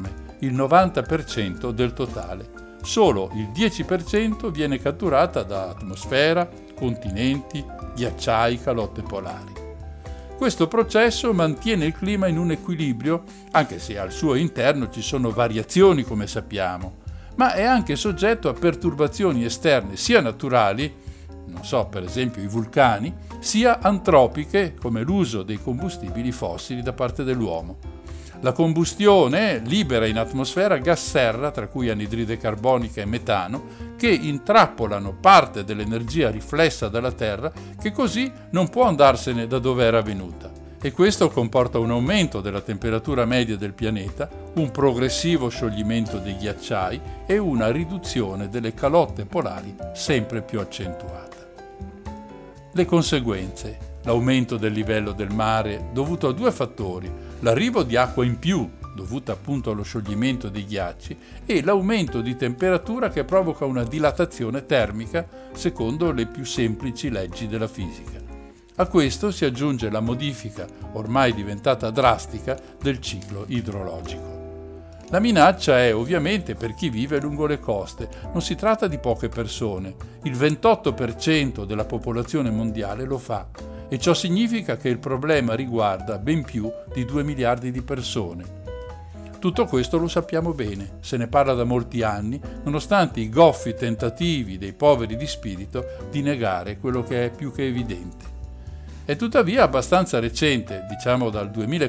il 90% del totale. Solo il 10% viene catturata da atmosfera, continenti, ghiacciai, calotte polari. Questo processo mantiene il clima in un equilibrio, anche se al suo interno ci sono variazioni, come sappiamo, ma è anche soggetto a perturbazioni esterne sia naturali, per esempio i vulcani, sia antropiche, come l'uso dei combustibili fossili da parte dell'uomo. La combustione libera in atmosfera gas serra, tra cui anidride carbonica e metano, che intrappolano parte dell'energia riflessa dalla Terra, che così non può andarsene da dove era venuta. E questo comporta un aumento della temperatura media del pianeta, un progressivo scioglimento dei ghiacciai e una riduzione delle calotte polari sempre più accentuata. Le conseguenze: l'aumento del livello del mare dovuto a due fattori, l'arrivo di acqua in più, dovuta appunto allo scioglimento dei ghiacci, e l'aumento di temperatura che provoca una dilatazione termica secondo le più semplici leggi della fisica. A questo si aggiunge la modifica, ormai diventata drastica, del ciclo idrologico. La minaccia è ovviamente per chi vive lungo le coste. Non si tratta di poche persone, il 28% della popolazione mondiale lo fa, e ciò significa che il problema riguarda ben più di 2 miliardi di persone. Tutto questo lo sappiamo bene, se ne parla da molti anni, nonostante i goffi tentativi dei poveri di spirito di negare quello che è più che evidente. È tuttavia abbastanza recente, diciamo dal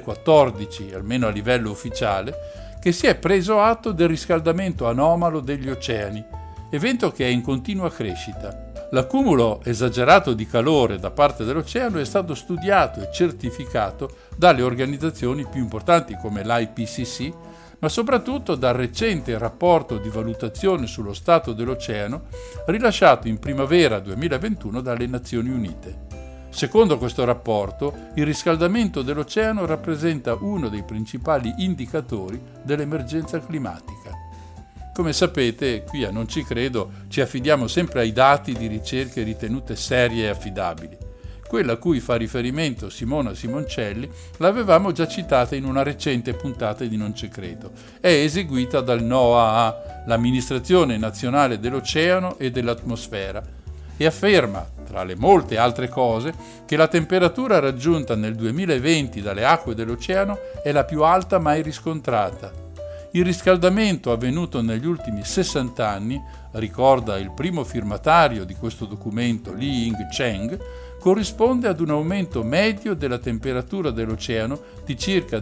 2014, almeno a livello ufficiale, che si è preso atto del riscaldamento anomalo degli oceani, evento che è in continua crescita. L'accumulo esagerato di calore da parte dell'oceano è stato studiato e certificato dalle organizzazioni più importanti come l'IPCC, ma soprattutto dal recente rapporto di valutazione sullo stato dell'oceano rilasciato in primavera 2021 dalle Nazioni Unite. Secondo questo rapporto, il riscaldamento dell'oceano rappresenta uno dei principali indicatori dell'emergenza climatica. Come sapete, qui a Non ci credo ci affidiamo sempre ai dati di ricerche ritenute serie e affidabili. Quella a cui fa riferimento Simona Simoncelli l'avevamo già citata in una recente puntata di Non ci credo. È eseguita dal NOAA, l'Amministrazione Nazionale dell'Oceano e dell'Atmosfera, e afferma, tra le molte altre cose, che la temperatura raggiunta nel 2020 dalle acque dell'oceano è la più alta mai riscontrata. Il riscaldamento avvenuto negli ultimi 60 anni, ricorda il primo firmatario di questo documento, Li Ying Cheng, corrisponde ad un aumento medio della temperatura dell'oceano di circa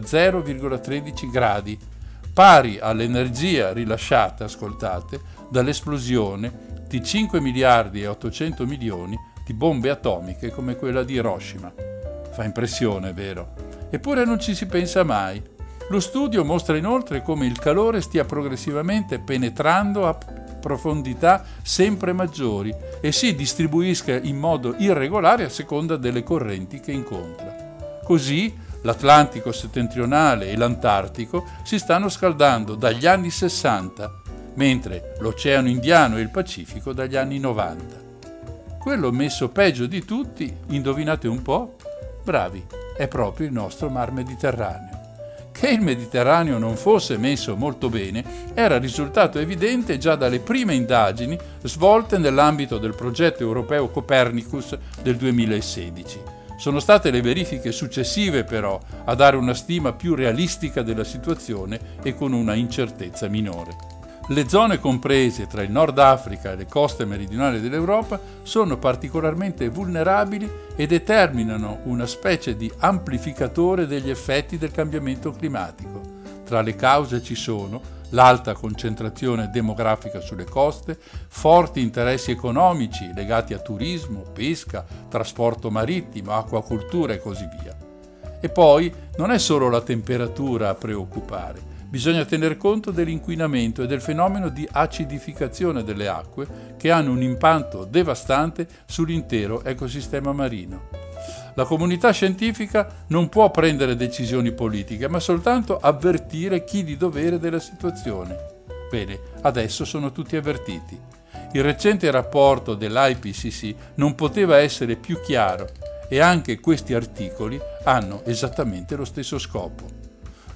0,13 gradi, pari all'energia rilasciata, ascoltate, dall'esplosione di 5 miliardi e 800 milioni di bombe atomiche come quella di Hiroshima. Fa impressione, vero? Eppure non ci si pensa mai. Lo studio mostra inoltre come il calore stia progressivamente penetrando a profondità sempre maggiori e si distribuisca in modo irregolare a seconda delle correnti che incontra. Così l'Atlantico settentrionale e l'Antartico si stanno scaldando dagli anni 60, mentre l'Oceano Indiano e il Pacifico dagli anni 90. Quello messo peggio di tutti, indovinate un po'? Bravi, è proprio il nostro Mar Mediterraneo. Che il Mediterraneo non fosse messo molto bene era risultato evidente già dalle prime indagini svolte nell'ambito del progetto europeo Copernicus del 2016. Sono state le verifiche successive però a dare una stima più realistica della situazione e con una incertezza minore. Le zone comprese tra il Nord Africa e le coste meridionali dell'Europa sono particolarmente vulnerabili e determinano una specie di amplificatore degli effetti del cambiamento climatico. Tra le cause ci sono l'alta concentrazione demografica sulle coste, forti interessi economici legati a turismo, pesca, trasporto marittimo, acquacoltura e così via. E poi non è solo la temperatura a preoccupare. Bisogna tener conto dell'inquinamento e del fenomeno di acidificazione delle acque che hanno un impatto devastante sull'intero ecosistema marino. La comunità scientifica non può prendere decisioni politiche, ma soltanto avvertire chi di dovere della situazione. Bene, adesso sono tutti avvertiti. Il recente rapporto dell'IPCC non poteva essere più chiaro e anche questi articoli hanno esattamente lo stesso scopo.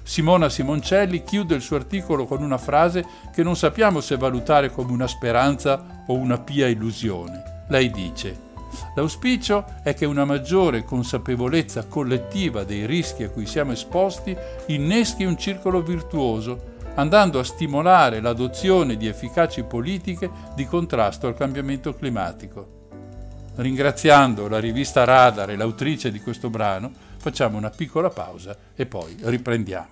Simona Simoncelli chiude il suo articolo con una frase che non sappiamo se valutare come una speranza o una pia illusione. Lei dice: l'auspicio è che una maggiore consapevolezza collettiva dei rischi a cui siamo esposti inneschi un circolo virtuoso, andando a stimolare l'adozione di efficaci politiche di contrasto al cambiamento climatico. Ringraziando la rivista Radar e l'autrice di questo brano, facciamo una piccola pausa e poi riprendiamo.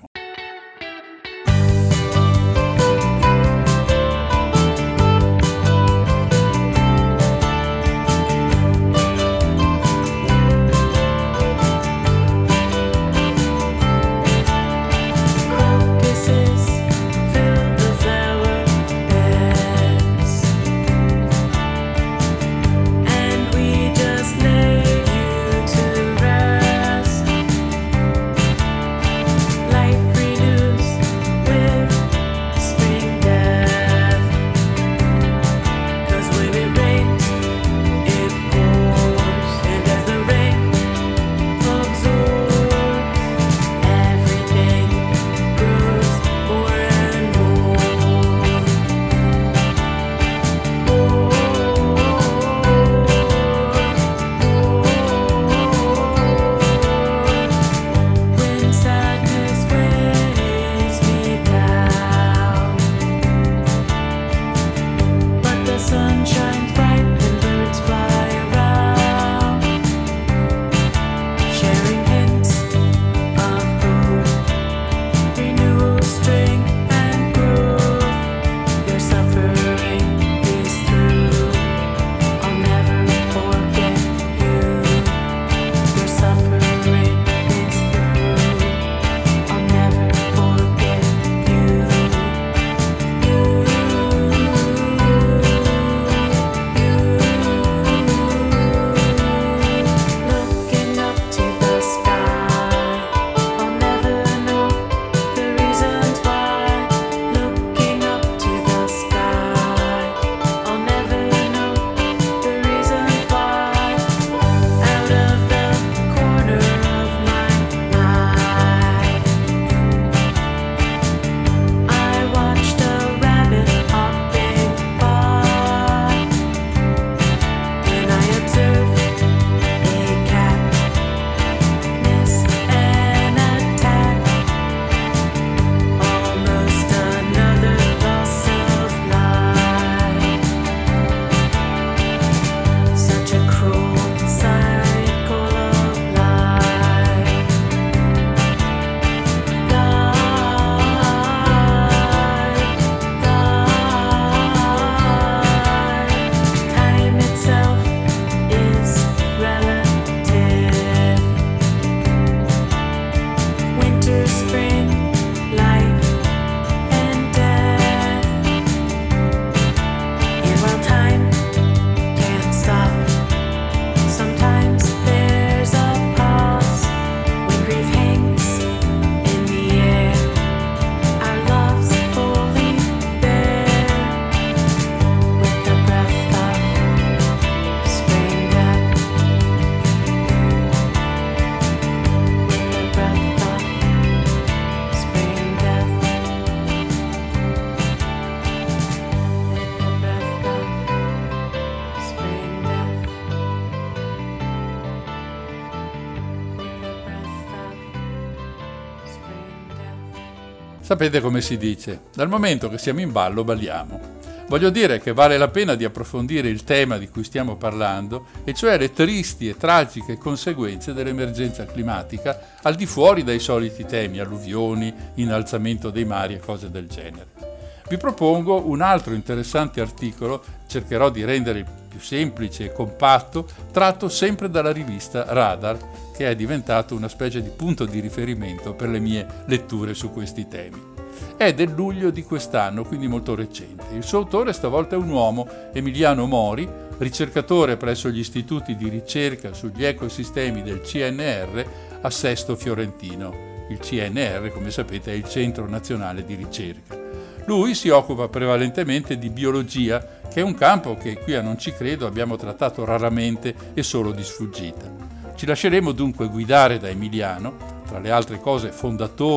Sapete come si dice, dal momento che siamo in ballo balliamo. Voglio dire che vale la pena di approfondire il tema di cui stiamo parlando, e cioè le tristi e tragiche conseguenze dell'emergenza climatica al di fuori dai soliti temi, alluvioni, innalzamento dei mari e cose del genere. Vi propongo un altro interessante articolo, cercherò di rendere più semplice e compatto, tratto sempre dalla rivista Radar, che è diventato una specie di punto di riferimento per le mie letture su questi temi. È del luglio di quest'anno, quindi molto recente. Il suo autore stavolta è un uomo, Emiliano Mori, ricercatore presso gli istituti di ricerca sugli ecosistemi del CNR a Sesto Fiorentino. Il CNR, come sapete, è il Centro Nazionale di Ricerca. Lui si occupa prevalentemente di biologia, che è un campo che qui a Non Ci Credo abbiamo trattato raramente e solo di sfuggita. Ci lasceremo dunque guidare da Emiliano, tra le altre cose fondatore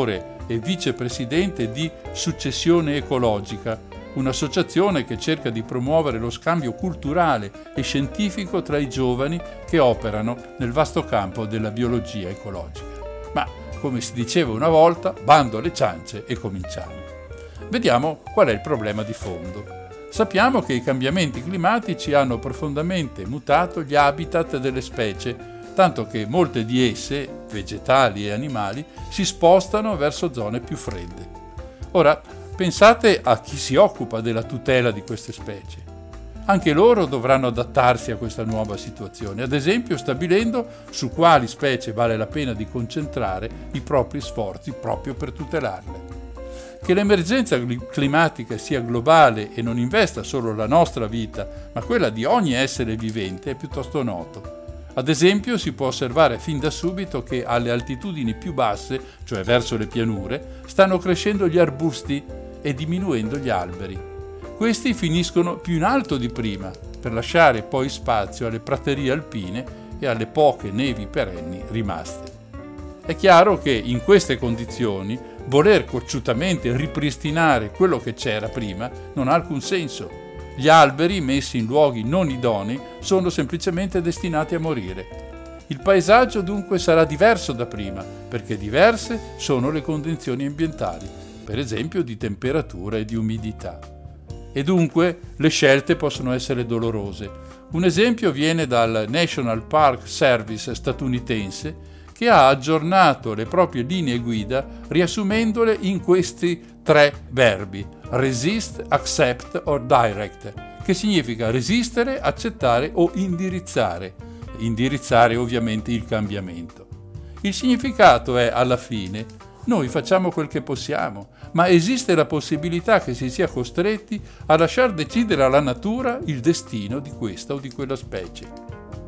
e vicepresidente di Successione Ecologica, un'associazione che cerca di promuovere lo scambio culturale e scientifico tra i giovani che operano nel vasto campo della biologia ecologica. Ma, come si diceva una volta, bando alle ciance e cominciamo. Vediamo qual è il problema di fondo. Sappiamo che i cambiamenti climatici hanno profondamente mutato gli habitat delle specie, tanto che molte di esse, vegetali e animali, si spostano verso zone più fredde. Ora, pensate a chi si occupa della tutela di queste specie. Anche loro dovranno adattarsi a questa nuova situazione, ad esempio stabilendo su quali specie vale la pena di concentrare i propri sforzi proprio per tutelarle. Che l'emergenza climatica sia globale e non investa solo la nostra vita, ma quella di ogni essere vivente, è piuttosto noto. Ad esempio, si può osservare fin da subito che alle altitudini più basse, cioè verso le pianure, stanno crescendo gli arbusti e diminuendo gli alberi. Questi finiscono più in alto di prima, per lasciare poi spazio alle praterie alpine e alle poche nevi perenni rimaste. È chiaro che in queste condizioni voler cocciutamente ripristinare quello che c'era prima non ha alcun senso. Gli alberi messi in luoghi non idonei sono semplicemente destinati a morire. Il paesaggio dunque sarà diverso da prima, perché diverse sono le condizioni ambientali, per esempio di temperatura e di umidità. E dunque le scelte possono essere dolorose. Un esempio viene dal National Park Service statunitense, che ha aggiornato le proprie linee guida riassumendole in questi 3 verbi: resist, accept or direct, che significa resistere, accettare o indirizzare. Indirizzare ovviamente il cambiamento. Il significato è, alla fine, noi facciamo quel che possiamo, ma esiste la possibilità che si sia costretti a lasciar decidere alla natura il destino di questa o di quella specie.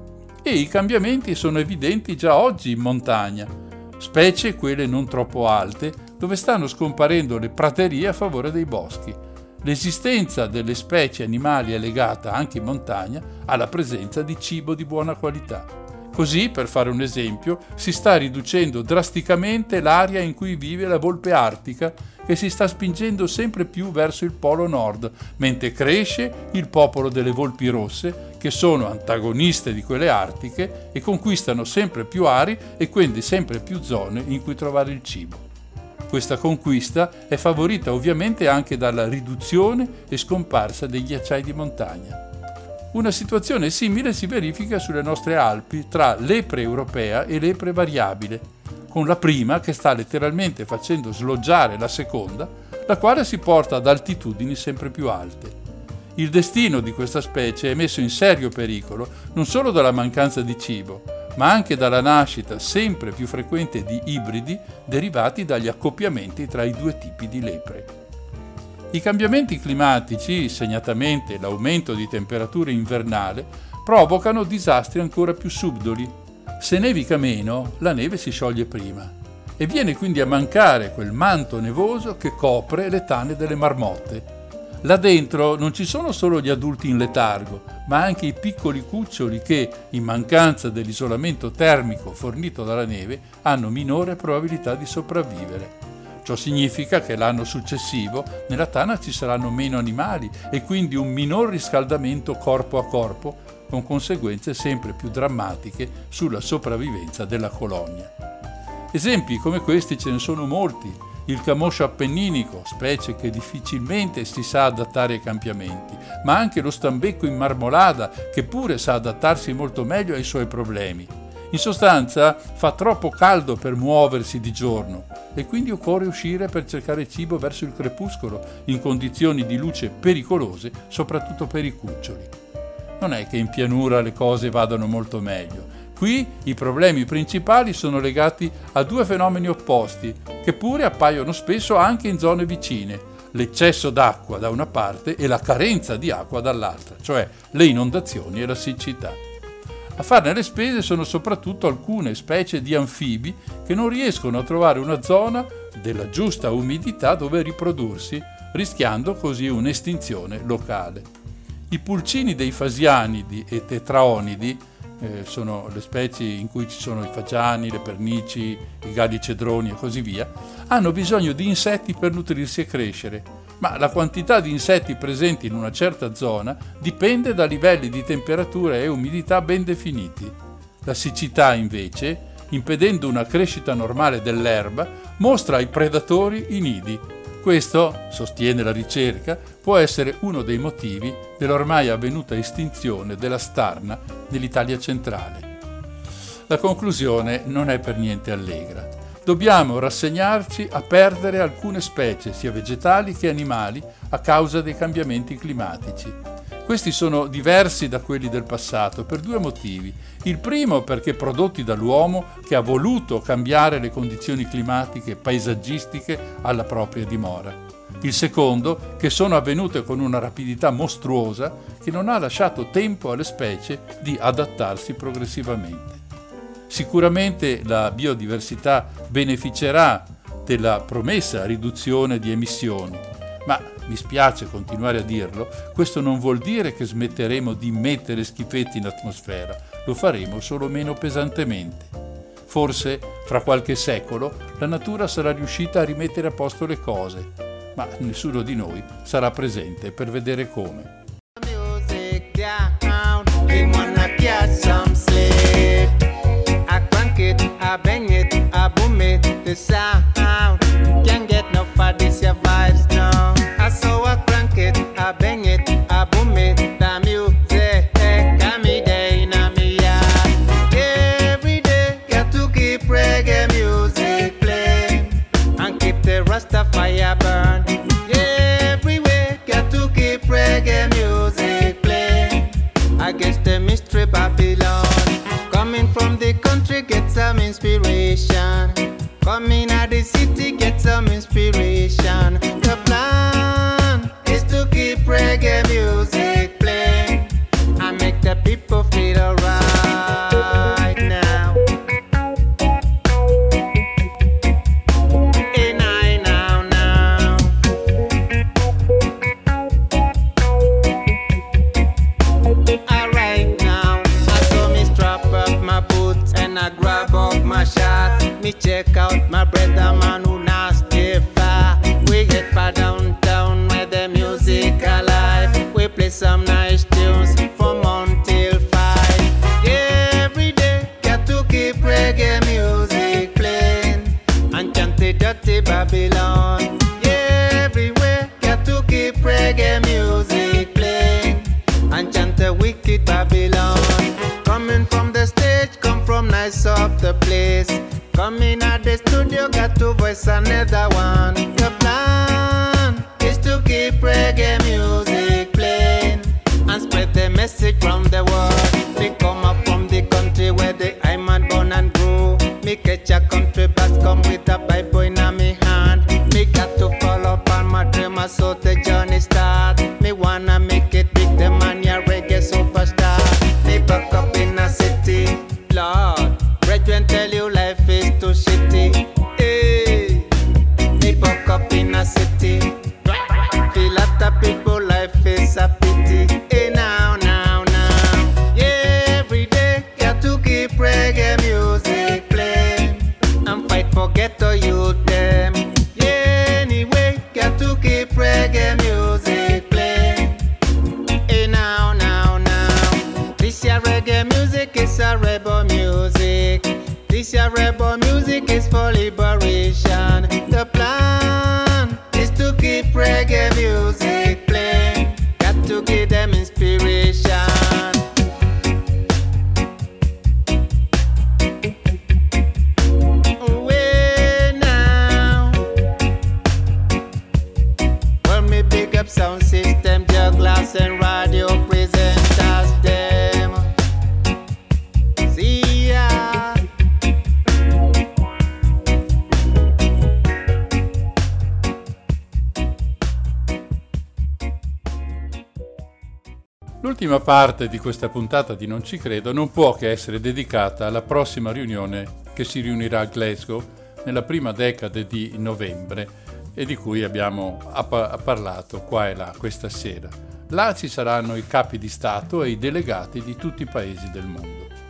E i cambiamenti sono evidenti già oggi in montagna, specie quelle non troppo alte, dove stanno scomparendo le praterie a favore dei boschi. L'esistenza delle specie animali è legata anche in montagna alla presenza di cibo di buona qualità. Così, per fare un esempio, si sta riducendo drasticamente l'area in cui vive la volpe artica, che si sta spingendo sempre più verso il polo nord, mentre cresce il popolo delle volpi rosse, che sono antagoniste di quelle artiche e conquistano sempre più aree e quindi sempre più zone in cui trovare il cibo. Questa conquista è favorita ovviamente anche dalla riduzione e scomparsa dei ghiacciai di montagna. Una situazione simile si verifica sulle nostre Alpi tra lepre europea e lepre variabile, con la prima che sta letteralmente facendo sloggiare la seconda, la quale si porta ad altitudini sempre più alte. Il destino di questa specie è messo in serio pericolo non solo dalla mancanza di cibo, ma anche dalla nascita sempre più frequente di ibridi derivati dagli accoppiamenti tra i 2 tipi di lepre. I cambiamenti climatici, segnatamente l'aumento di temperatura invernale, provocano disastri ancora più subdoli. Se nevica meno, la neve si scioglie prima e viene quindi a mancare quel manto nevoso che copre le tane delle marmotte. Là dentro non ci sono solo gli adulti in letargo, ma anche i piccoli cuccioli che, in mancanza dell'isolamento termico fornito dalla neve, hanno minore probabilità di sopravvivere. Ciò significa che l'anno successivo nella tana ci saranno meno animali e quindi un minor riscaldamento corpo a corpo, con conseguenze sempre più drammatiche sulla sopravvivenza della colonia. Esempi come questi ce ne sono molti. Il camoscio appenninico, specie che difficilmente si sa adattare ai cambiamenti, ma anche lo stambecco in marmolada, che pure sa adattarsi molto meglio ai suoi problemi. In sostanza, fa troppo caldo per muoversi di giorno e quindi occorre uscire per cercare cibo verso il crepuscolo, in condizioni di luce pericolose, soprattutto per i cuccioli. Non è che in pianura le cose vadano molto meglio. Qui i problemi principali sono legati a 2 fenomeni opposti, che pure appaiono spesso anche in zone vicine: l'eccesso d'acqua da una parte e la carenza di acqua dall'altra, cioè le inondazioni e la siccità. A farne le spese sono soprattutto alcune specie di anfibi che non riescono a trovare una zona della giusta umidità dove riprodursi, rischiando così un'estinzione locale. I pulcini dei fasianidi e tetraonidi, sono le specie in cui ci sono i fagiani, le pernici, i galli cedroni e così via, hanno bisogno di insetti per nutrirsi e crescere, ma la quantità di insetti presenti in una certa zona dipende da livelli di temperatura e umidità ben definiti. La siccità, invece, impedendo una crescita normale dell'erba, mostra ai predatori i nidi. Questo, sostiene la ricerca, può essere uno dei motivi dell'ormai avvenuta estinzione della starna nell'Italia centrale. La conclusione non è per niente allegra. Dobbiamo rassegnarci a perdere alcune specie, sia vegetali che animali, a causa dei cambiamenti climatici. Questi sono diversi da quelli del passato per due motivi. Il primo perché prodotti dall'uomo che ha voluto cambiare le condizioni climatiche e paesaggistiche alla propria dimora. Il secondo che sono avvenute con una rapidità mostruosa che non ha lasciato tempo alle specie di adattarsi progressivamente. Sicuramente la biodiversità beneficerà della promessa riduzione di emissioni, ma mi spiace continuare a dirlo, questo non vuol dire che smetteremo di mettere schifetti in atmosfera, lo faremo solo meno pesantemente. Forse fra qualche secolo la natura sarà riuscita a rimettere a posto le cose, ma nessuno di noi sarà presente per vedere come. I bang it, I boom it, the sound can't get no for this your vibes now. I saw I crank it, I bang it, I boom it, the music got me day in me yard. Every day got to keep reggae music playing and keep the Rastafire burn. Everywhere got to keep reggae music playing. I guess the mystery Babylon. Coming from the country, get some inspiration. Coming out the city, get some inspiration. The plan is to keep reggae music playing and make the people feel alright now. And I now. Alright now, I saw me strap up my boots and I grab up my shot. Me check out my brother man who nasty far. We get far downtown where the music alive. We play some nice tunes from until 5. Yeah, every day got to keep reggae music playing and chant the dirty Babylon. Yeah, everywhere got to keep reggae music playing and chant the wicked Babylon. Coming from the stage, come from nice up the place. Coming at the studio, got to voice another one. The plan is to keep reggae music playing and spread the message from the world. We come up from the country where the I'm born and grew. Me catch a country bass, come with a Bible in me hand. Me got to follow up on my dream, so the journey start. Me wanna make it big, the man ya reggae superstar. Me back up in a city, Lord. Brethren tell you life is too shitty. Hey, me back up in a city. Feel lot of people life is a pity. Hey now. Yeah, every day got to keep reggae music playing and fight for ghetto youth them. Yeah, anyway got to keep reggae music playing. Hey now. This year reggae music is a rebel music. This year rebel music is for liberation. The plan is to keep reggae music playing. Got to give them inspiration. Way now. Well, me big up sound system, jugglers and radio presenters them. See ya. L'ultima parte di questa puntata di Non ci credo non può che essere dedicata alla prossima riunione che si riunirà a Glasgow nella prima decade di novembre e di cui abbiamo parlato qua e là questa sera. Là ci saranno i capi di Stato e i delegati di tutti i paesi del mondo.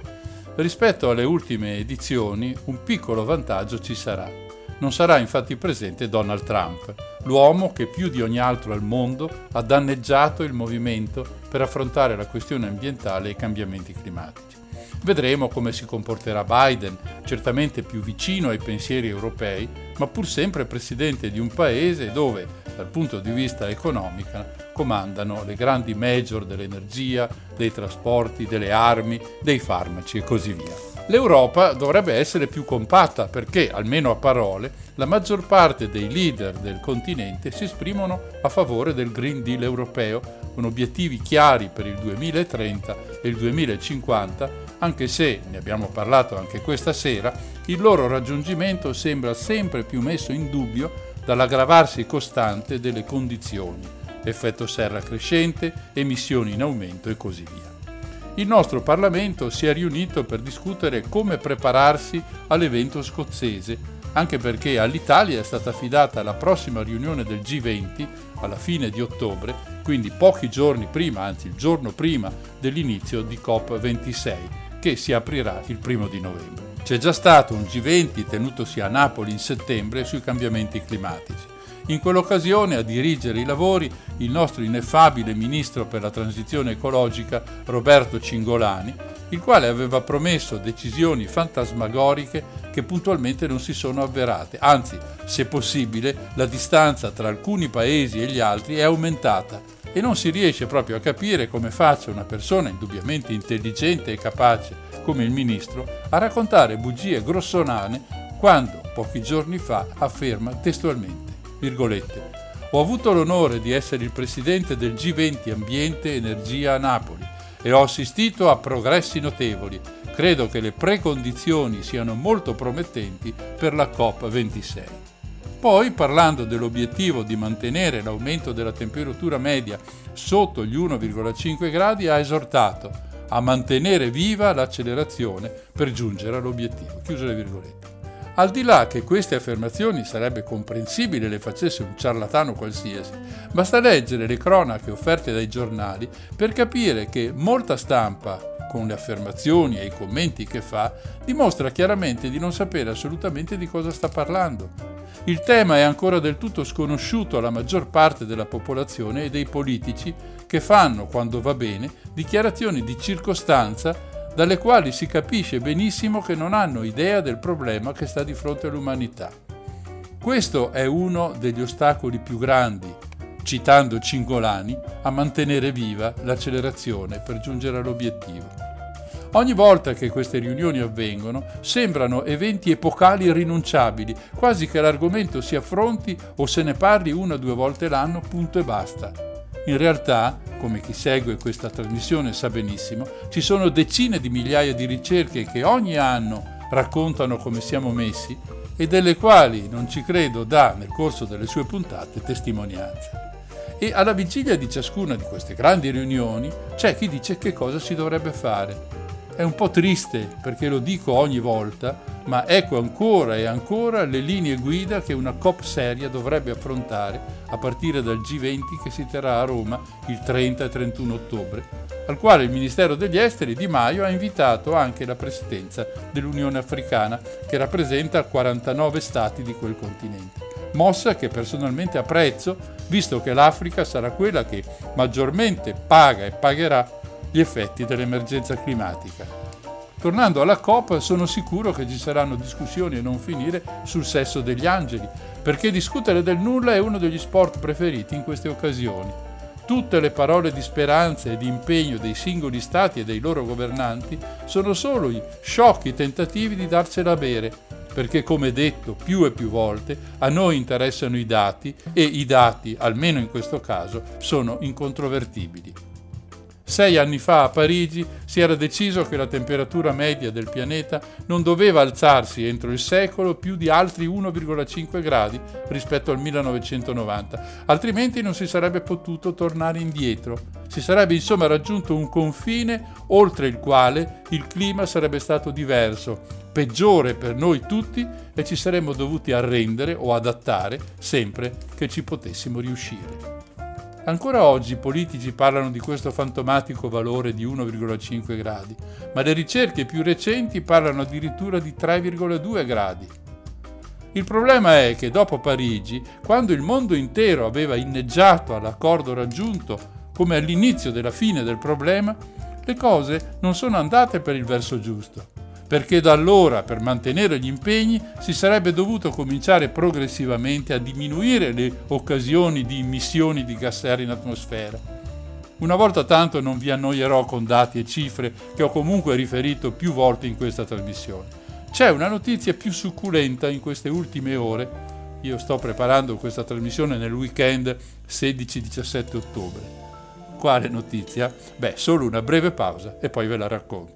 Rispetto alle ultime edizioni, un piccolo vantaggio ci sarà. Non sarà infatti presente Donald Trump, l'uomo che più di ogni altro al mondo ha danneggiato il movimento per affrontare la questione ambientale e i cambiamenti climatici. Vedremo come si comporterà Biden, certamente più vicino ai pensieri europei, ma pur sempre presidente di un paese dove, dal punto di vista economico, comandano le grandi major dell'energia, dei trasporti, delle armi, dei farmaci e così via. L'Europa dovrebbe essere più compatta perché, almeno a parole, la maggior parte dei leader del continente si esprimono a favore del Green Deal europeo, con obiettivi chiari per il 2030 e il 2050, anche se, ne abbiamo parlato anche questa sera, il loro raggiungimento sembra sempre più messo in dubbio dall'aggravarsi costante delle condizioni, effetto serra crescente, emissioni in aumento e così via. Il nostro Parlamento si è riunito per discutere come prepararsi all'evento scozzese, anche perché all'Italia è stata affidata la prossima riunione del G20 alla fine di ottobre, quindi pochi giorni prima, anzi il giorno prima dell'inizio di COP26, che si aprirà il 1 di novembre. C'è già stato un G20 tenutosi a Napoli in settembre sui cambiamenti climatici. In quell'occasione a dirigere i lavori il nostro ineffabile ministro per la transizione ecologica Roberto Cingolani, il quale aveva promesso decisioni fantasmagoriche che puntualmente non si sono avverate, anzi, se possibile, la distanza tra alcuni paesi e gli altri è aumentata e non si riesce proprio a capire come faccia una persona indubbiamente intelligente e capace come il ministro a raccontare bugie grossolane quando, pochi giorni fa, afferma testualmente, virgolette, ho avuto l'onore di essere il presidente del G20 Ambiente e Energia a Napoli e ho assistito a progressi notevoli. Credo che le precondizioni siano molto promettenti per la COP26. Poi, parlando dell'obiettivo di mantenere l'aumento della temperatura media sotto gli 1,5 gradi, ha esortato a mantenere viva l'accelerazione per giungere all'obiettivo. Chiuse le virgolette. Al di là che queste affermazioni sarebbe comprensibile le facesse un ciarlatano qualsiasi, basta leggere le cronache offerte dai giornali per capire che molta stampa, con le affermazioni e i commenti che fa, dimostra chiaramente di non sapere assolutamente di cosa sta parlando. Il tema è ancora del tutto sconosciuto alla maggior parte della popolazione e dei politici che fanno, quando va bene, dichiarazioni di circostanza dalle quali si capisce benissimo che non hanno idea del problema che sta di fronte all'umanità. Questo è uno degli ostacoli più grandi, citando Cingolani, a mantenere viva l'accelerazione per giungere all'obiettivo. Ogni volta che queste riunioni avvengono, sembrano eventi epocali irrinunciabili, quasi che l'argomento si affronti o se ne parli 1 o 2 volte l'anno, punto e basta. In realtà, come chi segue questa trasmissione sa benissimo, ci sono decine di migliaia di ricerche che ogni anno raccontano come siamo messi e delle quali Non ci credo dà, nel corso delle sue puntate, testimonianza. E alla vigilia di ciascuna di queste grandi riunioni c'è chi dice che cosa si dovrebbe fare. È un po' triste perché lo dico ogni volta, ma ecco ancora e ancora le linee guida che una COP seria dovrebbe affrontare a partire dal G20 che si terrà a Roma il 30 e 31 ottobre, al quale il Ministero degli Esteri Di Maio ha invitato anche la presidenza dell'Unione Africana, che rappresenta 49 stati di quel continente. Mossa che personalmente apprezzo, visto che l'Africa sarà quella che maggiormente paga e pagherà gli effetti dell'emergenza climatica. Tornando alla COP, sono sicuro che ci saranno discussioni a non finire sul sesso degli angeli, perché discutere del nulla è uno degli sport preferiti in queste occasioni. Tutte le parole di speranza e di impegno dei singoli stati e dei loro governanti sono solo i sciocchi tentativi di darsela a bere, perché, come detto più e più volte, a noi interessano i dati e i dati, almeno in questo caso, sono incontrovertibili. 6 anni fa a Parigi si era deciso che la temperatura media del pianeta non doveva alzarsi entro il secolo più di altri 1,5 gradi rispetto al 1990, altrimenti non si sarebbe potuto tornare indietro. Si sarebbe insomma raggiunto un confine oltre il quale il clima sarebbe stato diverso, peggiore per noi tutti, e ci saremmo dovuti arrendere o adattare sempre che ci potessimo riuscire. Ancora oggi i politici parlano di questo fantomatico valore di 1,5 gradi, ma le ricerche più recenti parlano addirittura di 3,2 gradi. Il problema è che dopo Parigi, quando il mondo intero aveva inneggiato all'accordo raggiunto come all'inizio della fine del problema, le cose non sono andate per il verso giusto, perché da allora, per mantenere gli impegni, si sarebbe dovuto cominciare progressivamente a diminuire le occasioni di immissioni di gas serra in atmosfera. Una volta tanto non vi annoierò con dati e cifre che ho comunque riferito più volte in questa trasmissione. C'è una notizia più succulenta in queste ultime ore. Io sto preparando questa trasmissione nel weekend 16-17 ottobre. Quale notizia? Beh, solo una breve pausa e poi ve la racconto.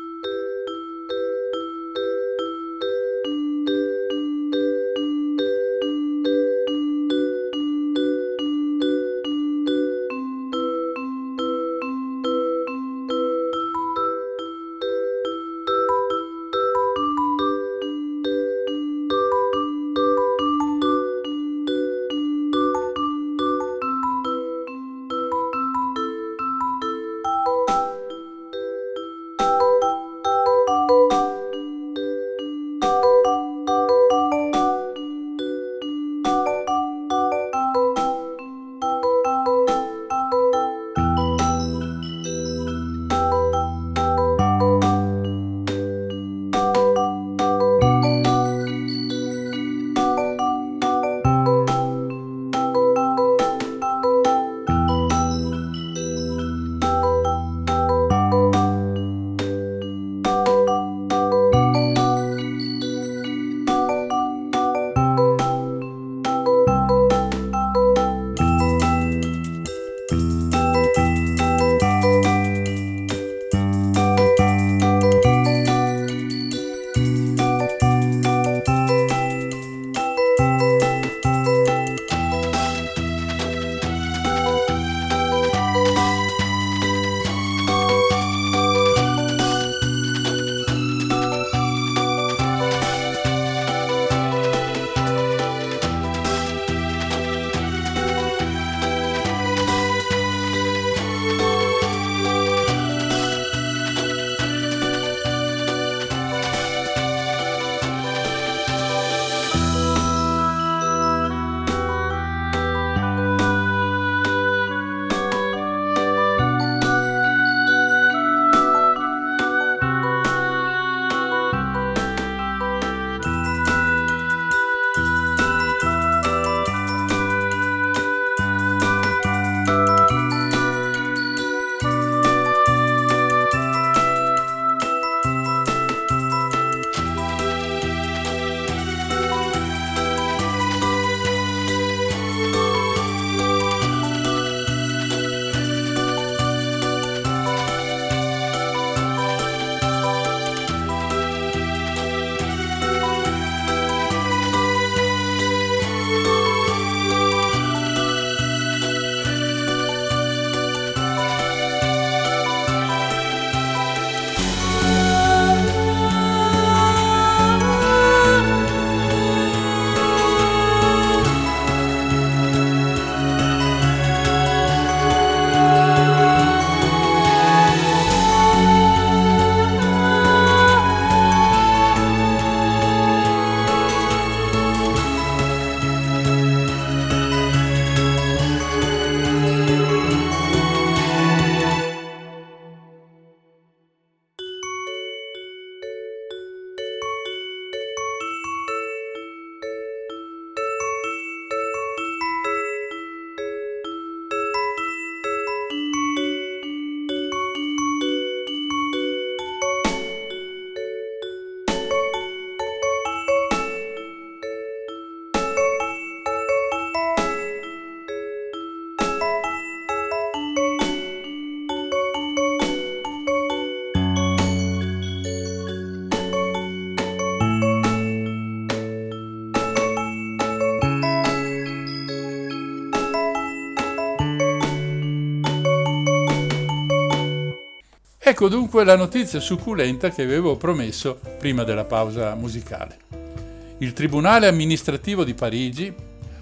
Ecco dunque la notizia succulenta che avevo promesso prima della pausa musicale. Il Tribunale amministrativo di Parigi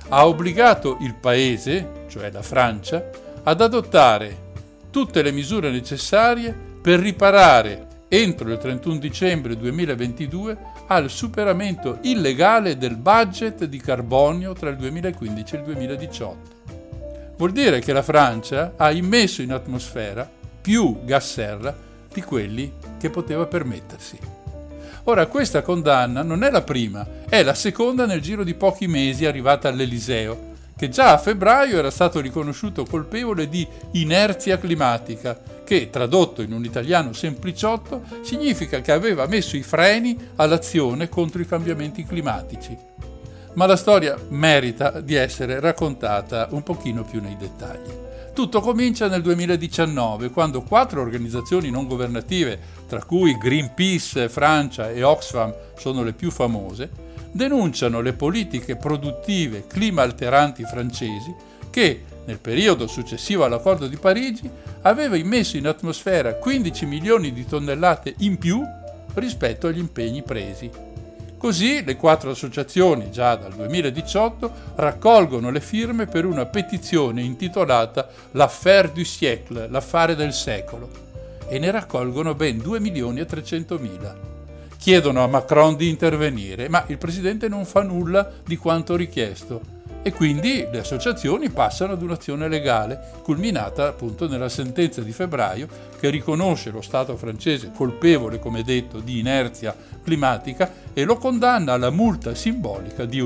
ha obbligato il paese, cioè la Francia, ad adottare tutte le misure necessarie per riparare entro il 31 dicembre 2022 al superamento illegale del budget di carbonio tra il 2015 e il 2018. Vuol dire che la Francia ha immesso in atmosfera più gas serra di quelli che poteva permettersi. Ora, questa condanna non è la prima, è la seconda nel giro di pochi mesi arrivata all'Eliseo, che già a febbraio era stato riconosciuto colpevole di inerzia climatica, che, tradotto in un italiano sempliciotto, significa che aveva messo i freni all'azione contro i cambiamenti climatici. Ma la storia merita di essere raccontata un pochino più nei dettagli. Tutto comincia nel 2019, quando 4 organizzazioni non governative, tra cui Greenpeace, Francia e Oxfam sono le più famose, denunciano le politiche produttive clima-alteranti francesi che, nel periodo successivo all'accordo di Parigi, aveva immesso in atmosfera 15 milioni di tonnellate in più rispetto agli impegni presi. Così le 4 associazioni, già dal 2018, raccolgono le firme per una petizione intitolata L'affaire du siècle, l'affare del secolo, e ne raccolgono ben 2.300.000. Chiedono a Macron di intervenire, ma il presidente non fa nulla di quanto richiesto e quindi le associazioni passano ad un'azione legale, culminata appunto nella sentenza di febbraio che riconosce lo Stato francese colpevole, come detto, di inerzia climatica e lo condanna alla multa simbolica di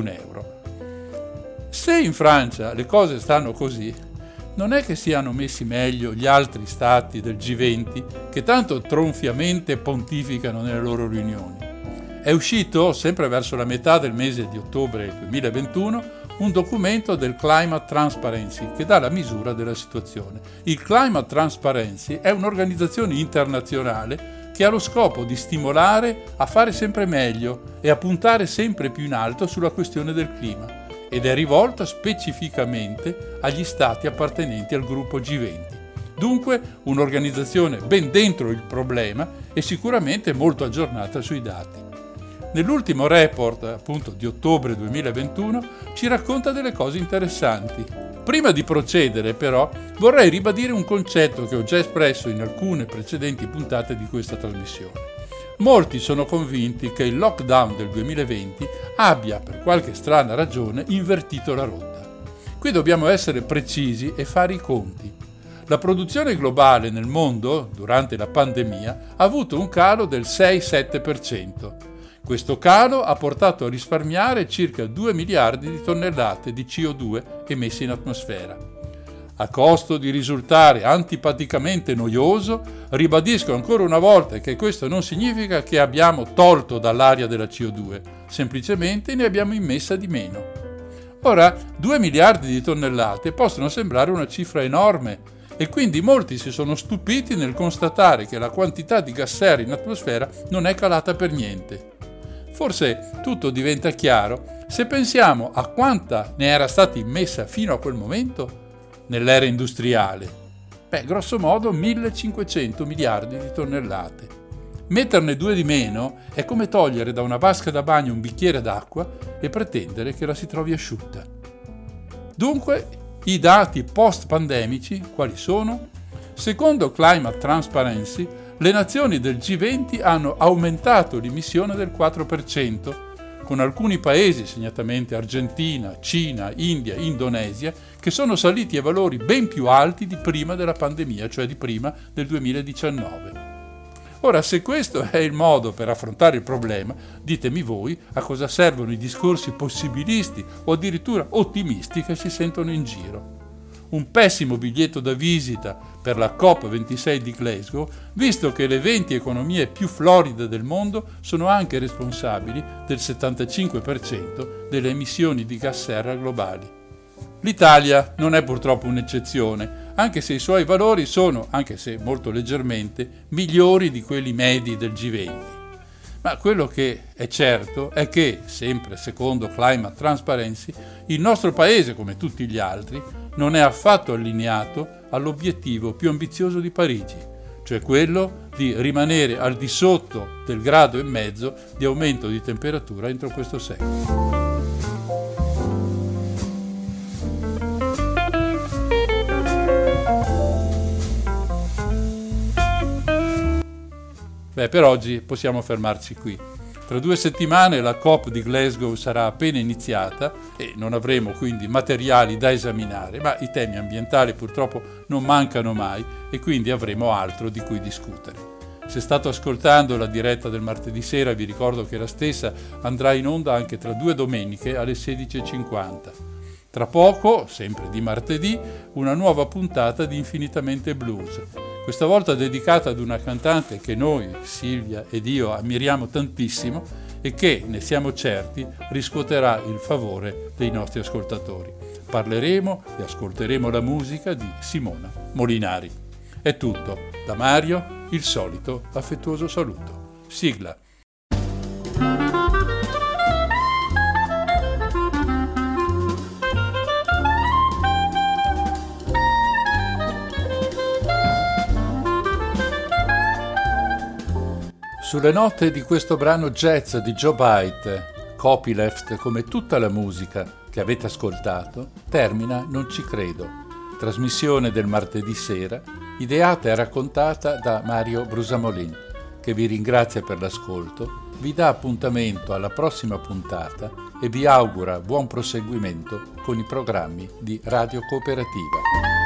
€1. Se in Francia le cose stanno così, non è che siano messi meglio gli altri stati del G20 che tanto tronfiamente pontificano nelle loro riunioni. È uscito, sempre verso la metà del mese di ottobre 2021, un documento del Climate Transparency che dà la misura della situazione. Il Climate Transparency è un'organizzazione internazionale che ha lo scopo di stimolare a fare sempre meglio e a puntare sempre più in alto sulla questione del clima ed è rivolta specificamente agli stati appartenenti al gruppo G20. Dunque un'organizzazione ben dentro il problema e sicuramente molto aggiornata sui dati. Nell'ultimo report, appunto, di ottobre 2021 ci racconta delle cose interessanti. Prima di procedere, però, vorrei ribadire un concetto che ho già espresso in alcune precedenti puntate di questa trasmissione. Molti sono convinti che il lockdown del 2020 abbia, per qualche strana ragione, invertito la rotta. Qui dobbiamo essere precisi e fare i conti. La produzione globale nel mondo, durante la pandemia, ha avuto un calo del 6-7%. Questo calo ha portato a risparmiare circa 2 miliardi di tonnellate di CO2 emessi in atmosfera. A costo di risultare antipaticamente noioso, ribadisco ancora una volta che questo non significa che abbiamo tolto dall'aria della CO2, semplicemente ne abbiamo immessa di meno. Ora, 2 miliardi di tonnellate possono sembrare una cifra enorme e quindi molti si sono stupiti nel constatare che la quantità di gas serra in atmosfera non è calata per niente. Forse tutto diventa chiaro se pensiamo a quanta ne era stata immessa fino a quel momento nell'era industriale. Grosso modo 1.500 miliardi di tonnellate. Metterne 2 di meno è come togliere da una vasca da bagno un bicchiere d'acqua e pretendere che la si trovi asciutta. Dunque, i dati post-pandemici quali sono? Secondo Climate Transparency, le nazioni del G20 hanno aumentato l'emissione del 4%, con alcuni paesi, segnatamente Argentina, Cina, India, Indonesia, che sono saliti a valori ben più alti di prima della pandemia, cioè di prima del 2019. Ora, se questo è il modo per affrontare il problema, ditemi voi a cosa servono i discorsi possibilisti o addirittura ottimisti che si sentono in giro. Un pessimo biglietto da visita per la COP26 di Glasgow, visto che le 20 economie più floride del mondo sono anche responsabili del 75% delle emissioni di gas serra globali. L'Italia non è purtroppo un'eccezione, anche se i suoi valori sono, anche se molto leggermente, migliori di quelli medi del G20. Ma quello che è certo è che, sempre secondo Climate Transparency, il nostro paese, come tutti gli altri, non è affatto allineato all'obiettivo più ambizioso di Parigi, cioè quello di rimanere al di sotto del 1,5 gradi di aumento di temperatura entro questo secolo. Per oggi possiamo fermarci qui. Tra 2 settimane la COP di Glasgow sarà appena iniziata e non avremo quindi materiali da esaminare, ma i temi ambientali purtroppo non mancano mai e quindi avremo altro di cui discutere. Se state ascoltando la diretta del martedì sera, vi ricordo che la stessa andrà in onda anche tra 2 domeniche alle 16:50. Tra poco, sempre di martedì, una nuova puntata di Infinitamente Blues, questa volta dedicata ad una cantante che noi, Silvia ed io, ammiriamo tantissimo e che, ne siamo certi, riscuoterà il favore dei nostri ascoltatori. Parleremo e ascolteremo la musica di Simona Molinari. È tutto. Da Mario, il solito affettuoso saluto. Sigla. Sulle note di questo brano jazz di Joe Byte, copyleft come tutta la musica che avete ascoltato, termina Non ci credo, trasmissione del martedì sera, ideata e raccontata da Mario Brusamolin, che vi ringrazia per l'ascolto, vi dà appuntamento alla prossima puntata e vi augura buon proseguimento con i programmi di Radio Cooperativa.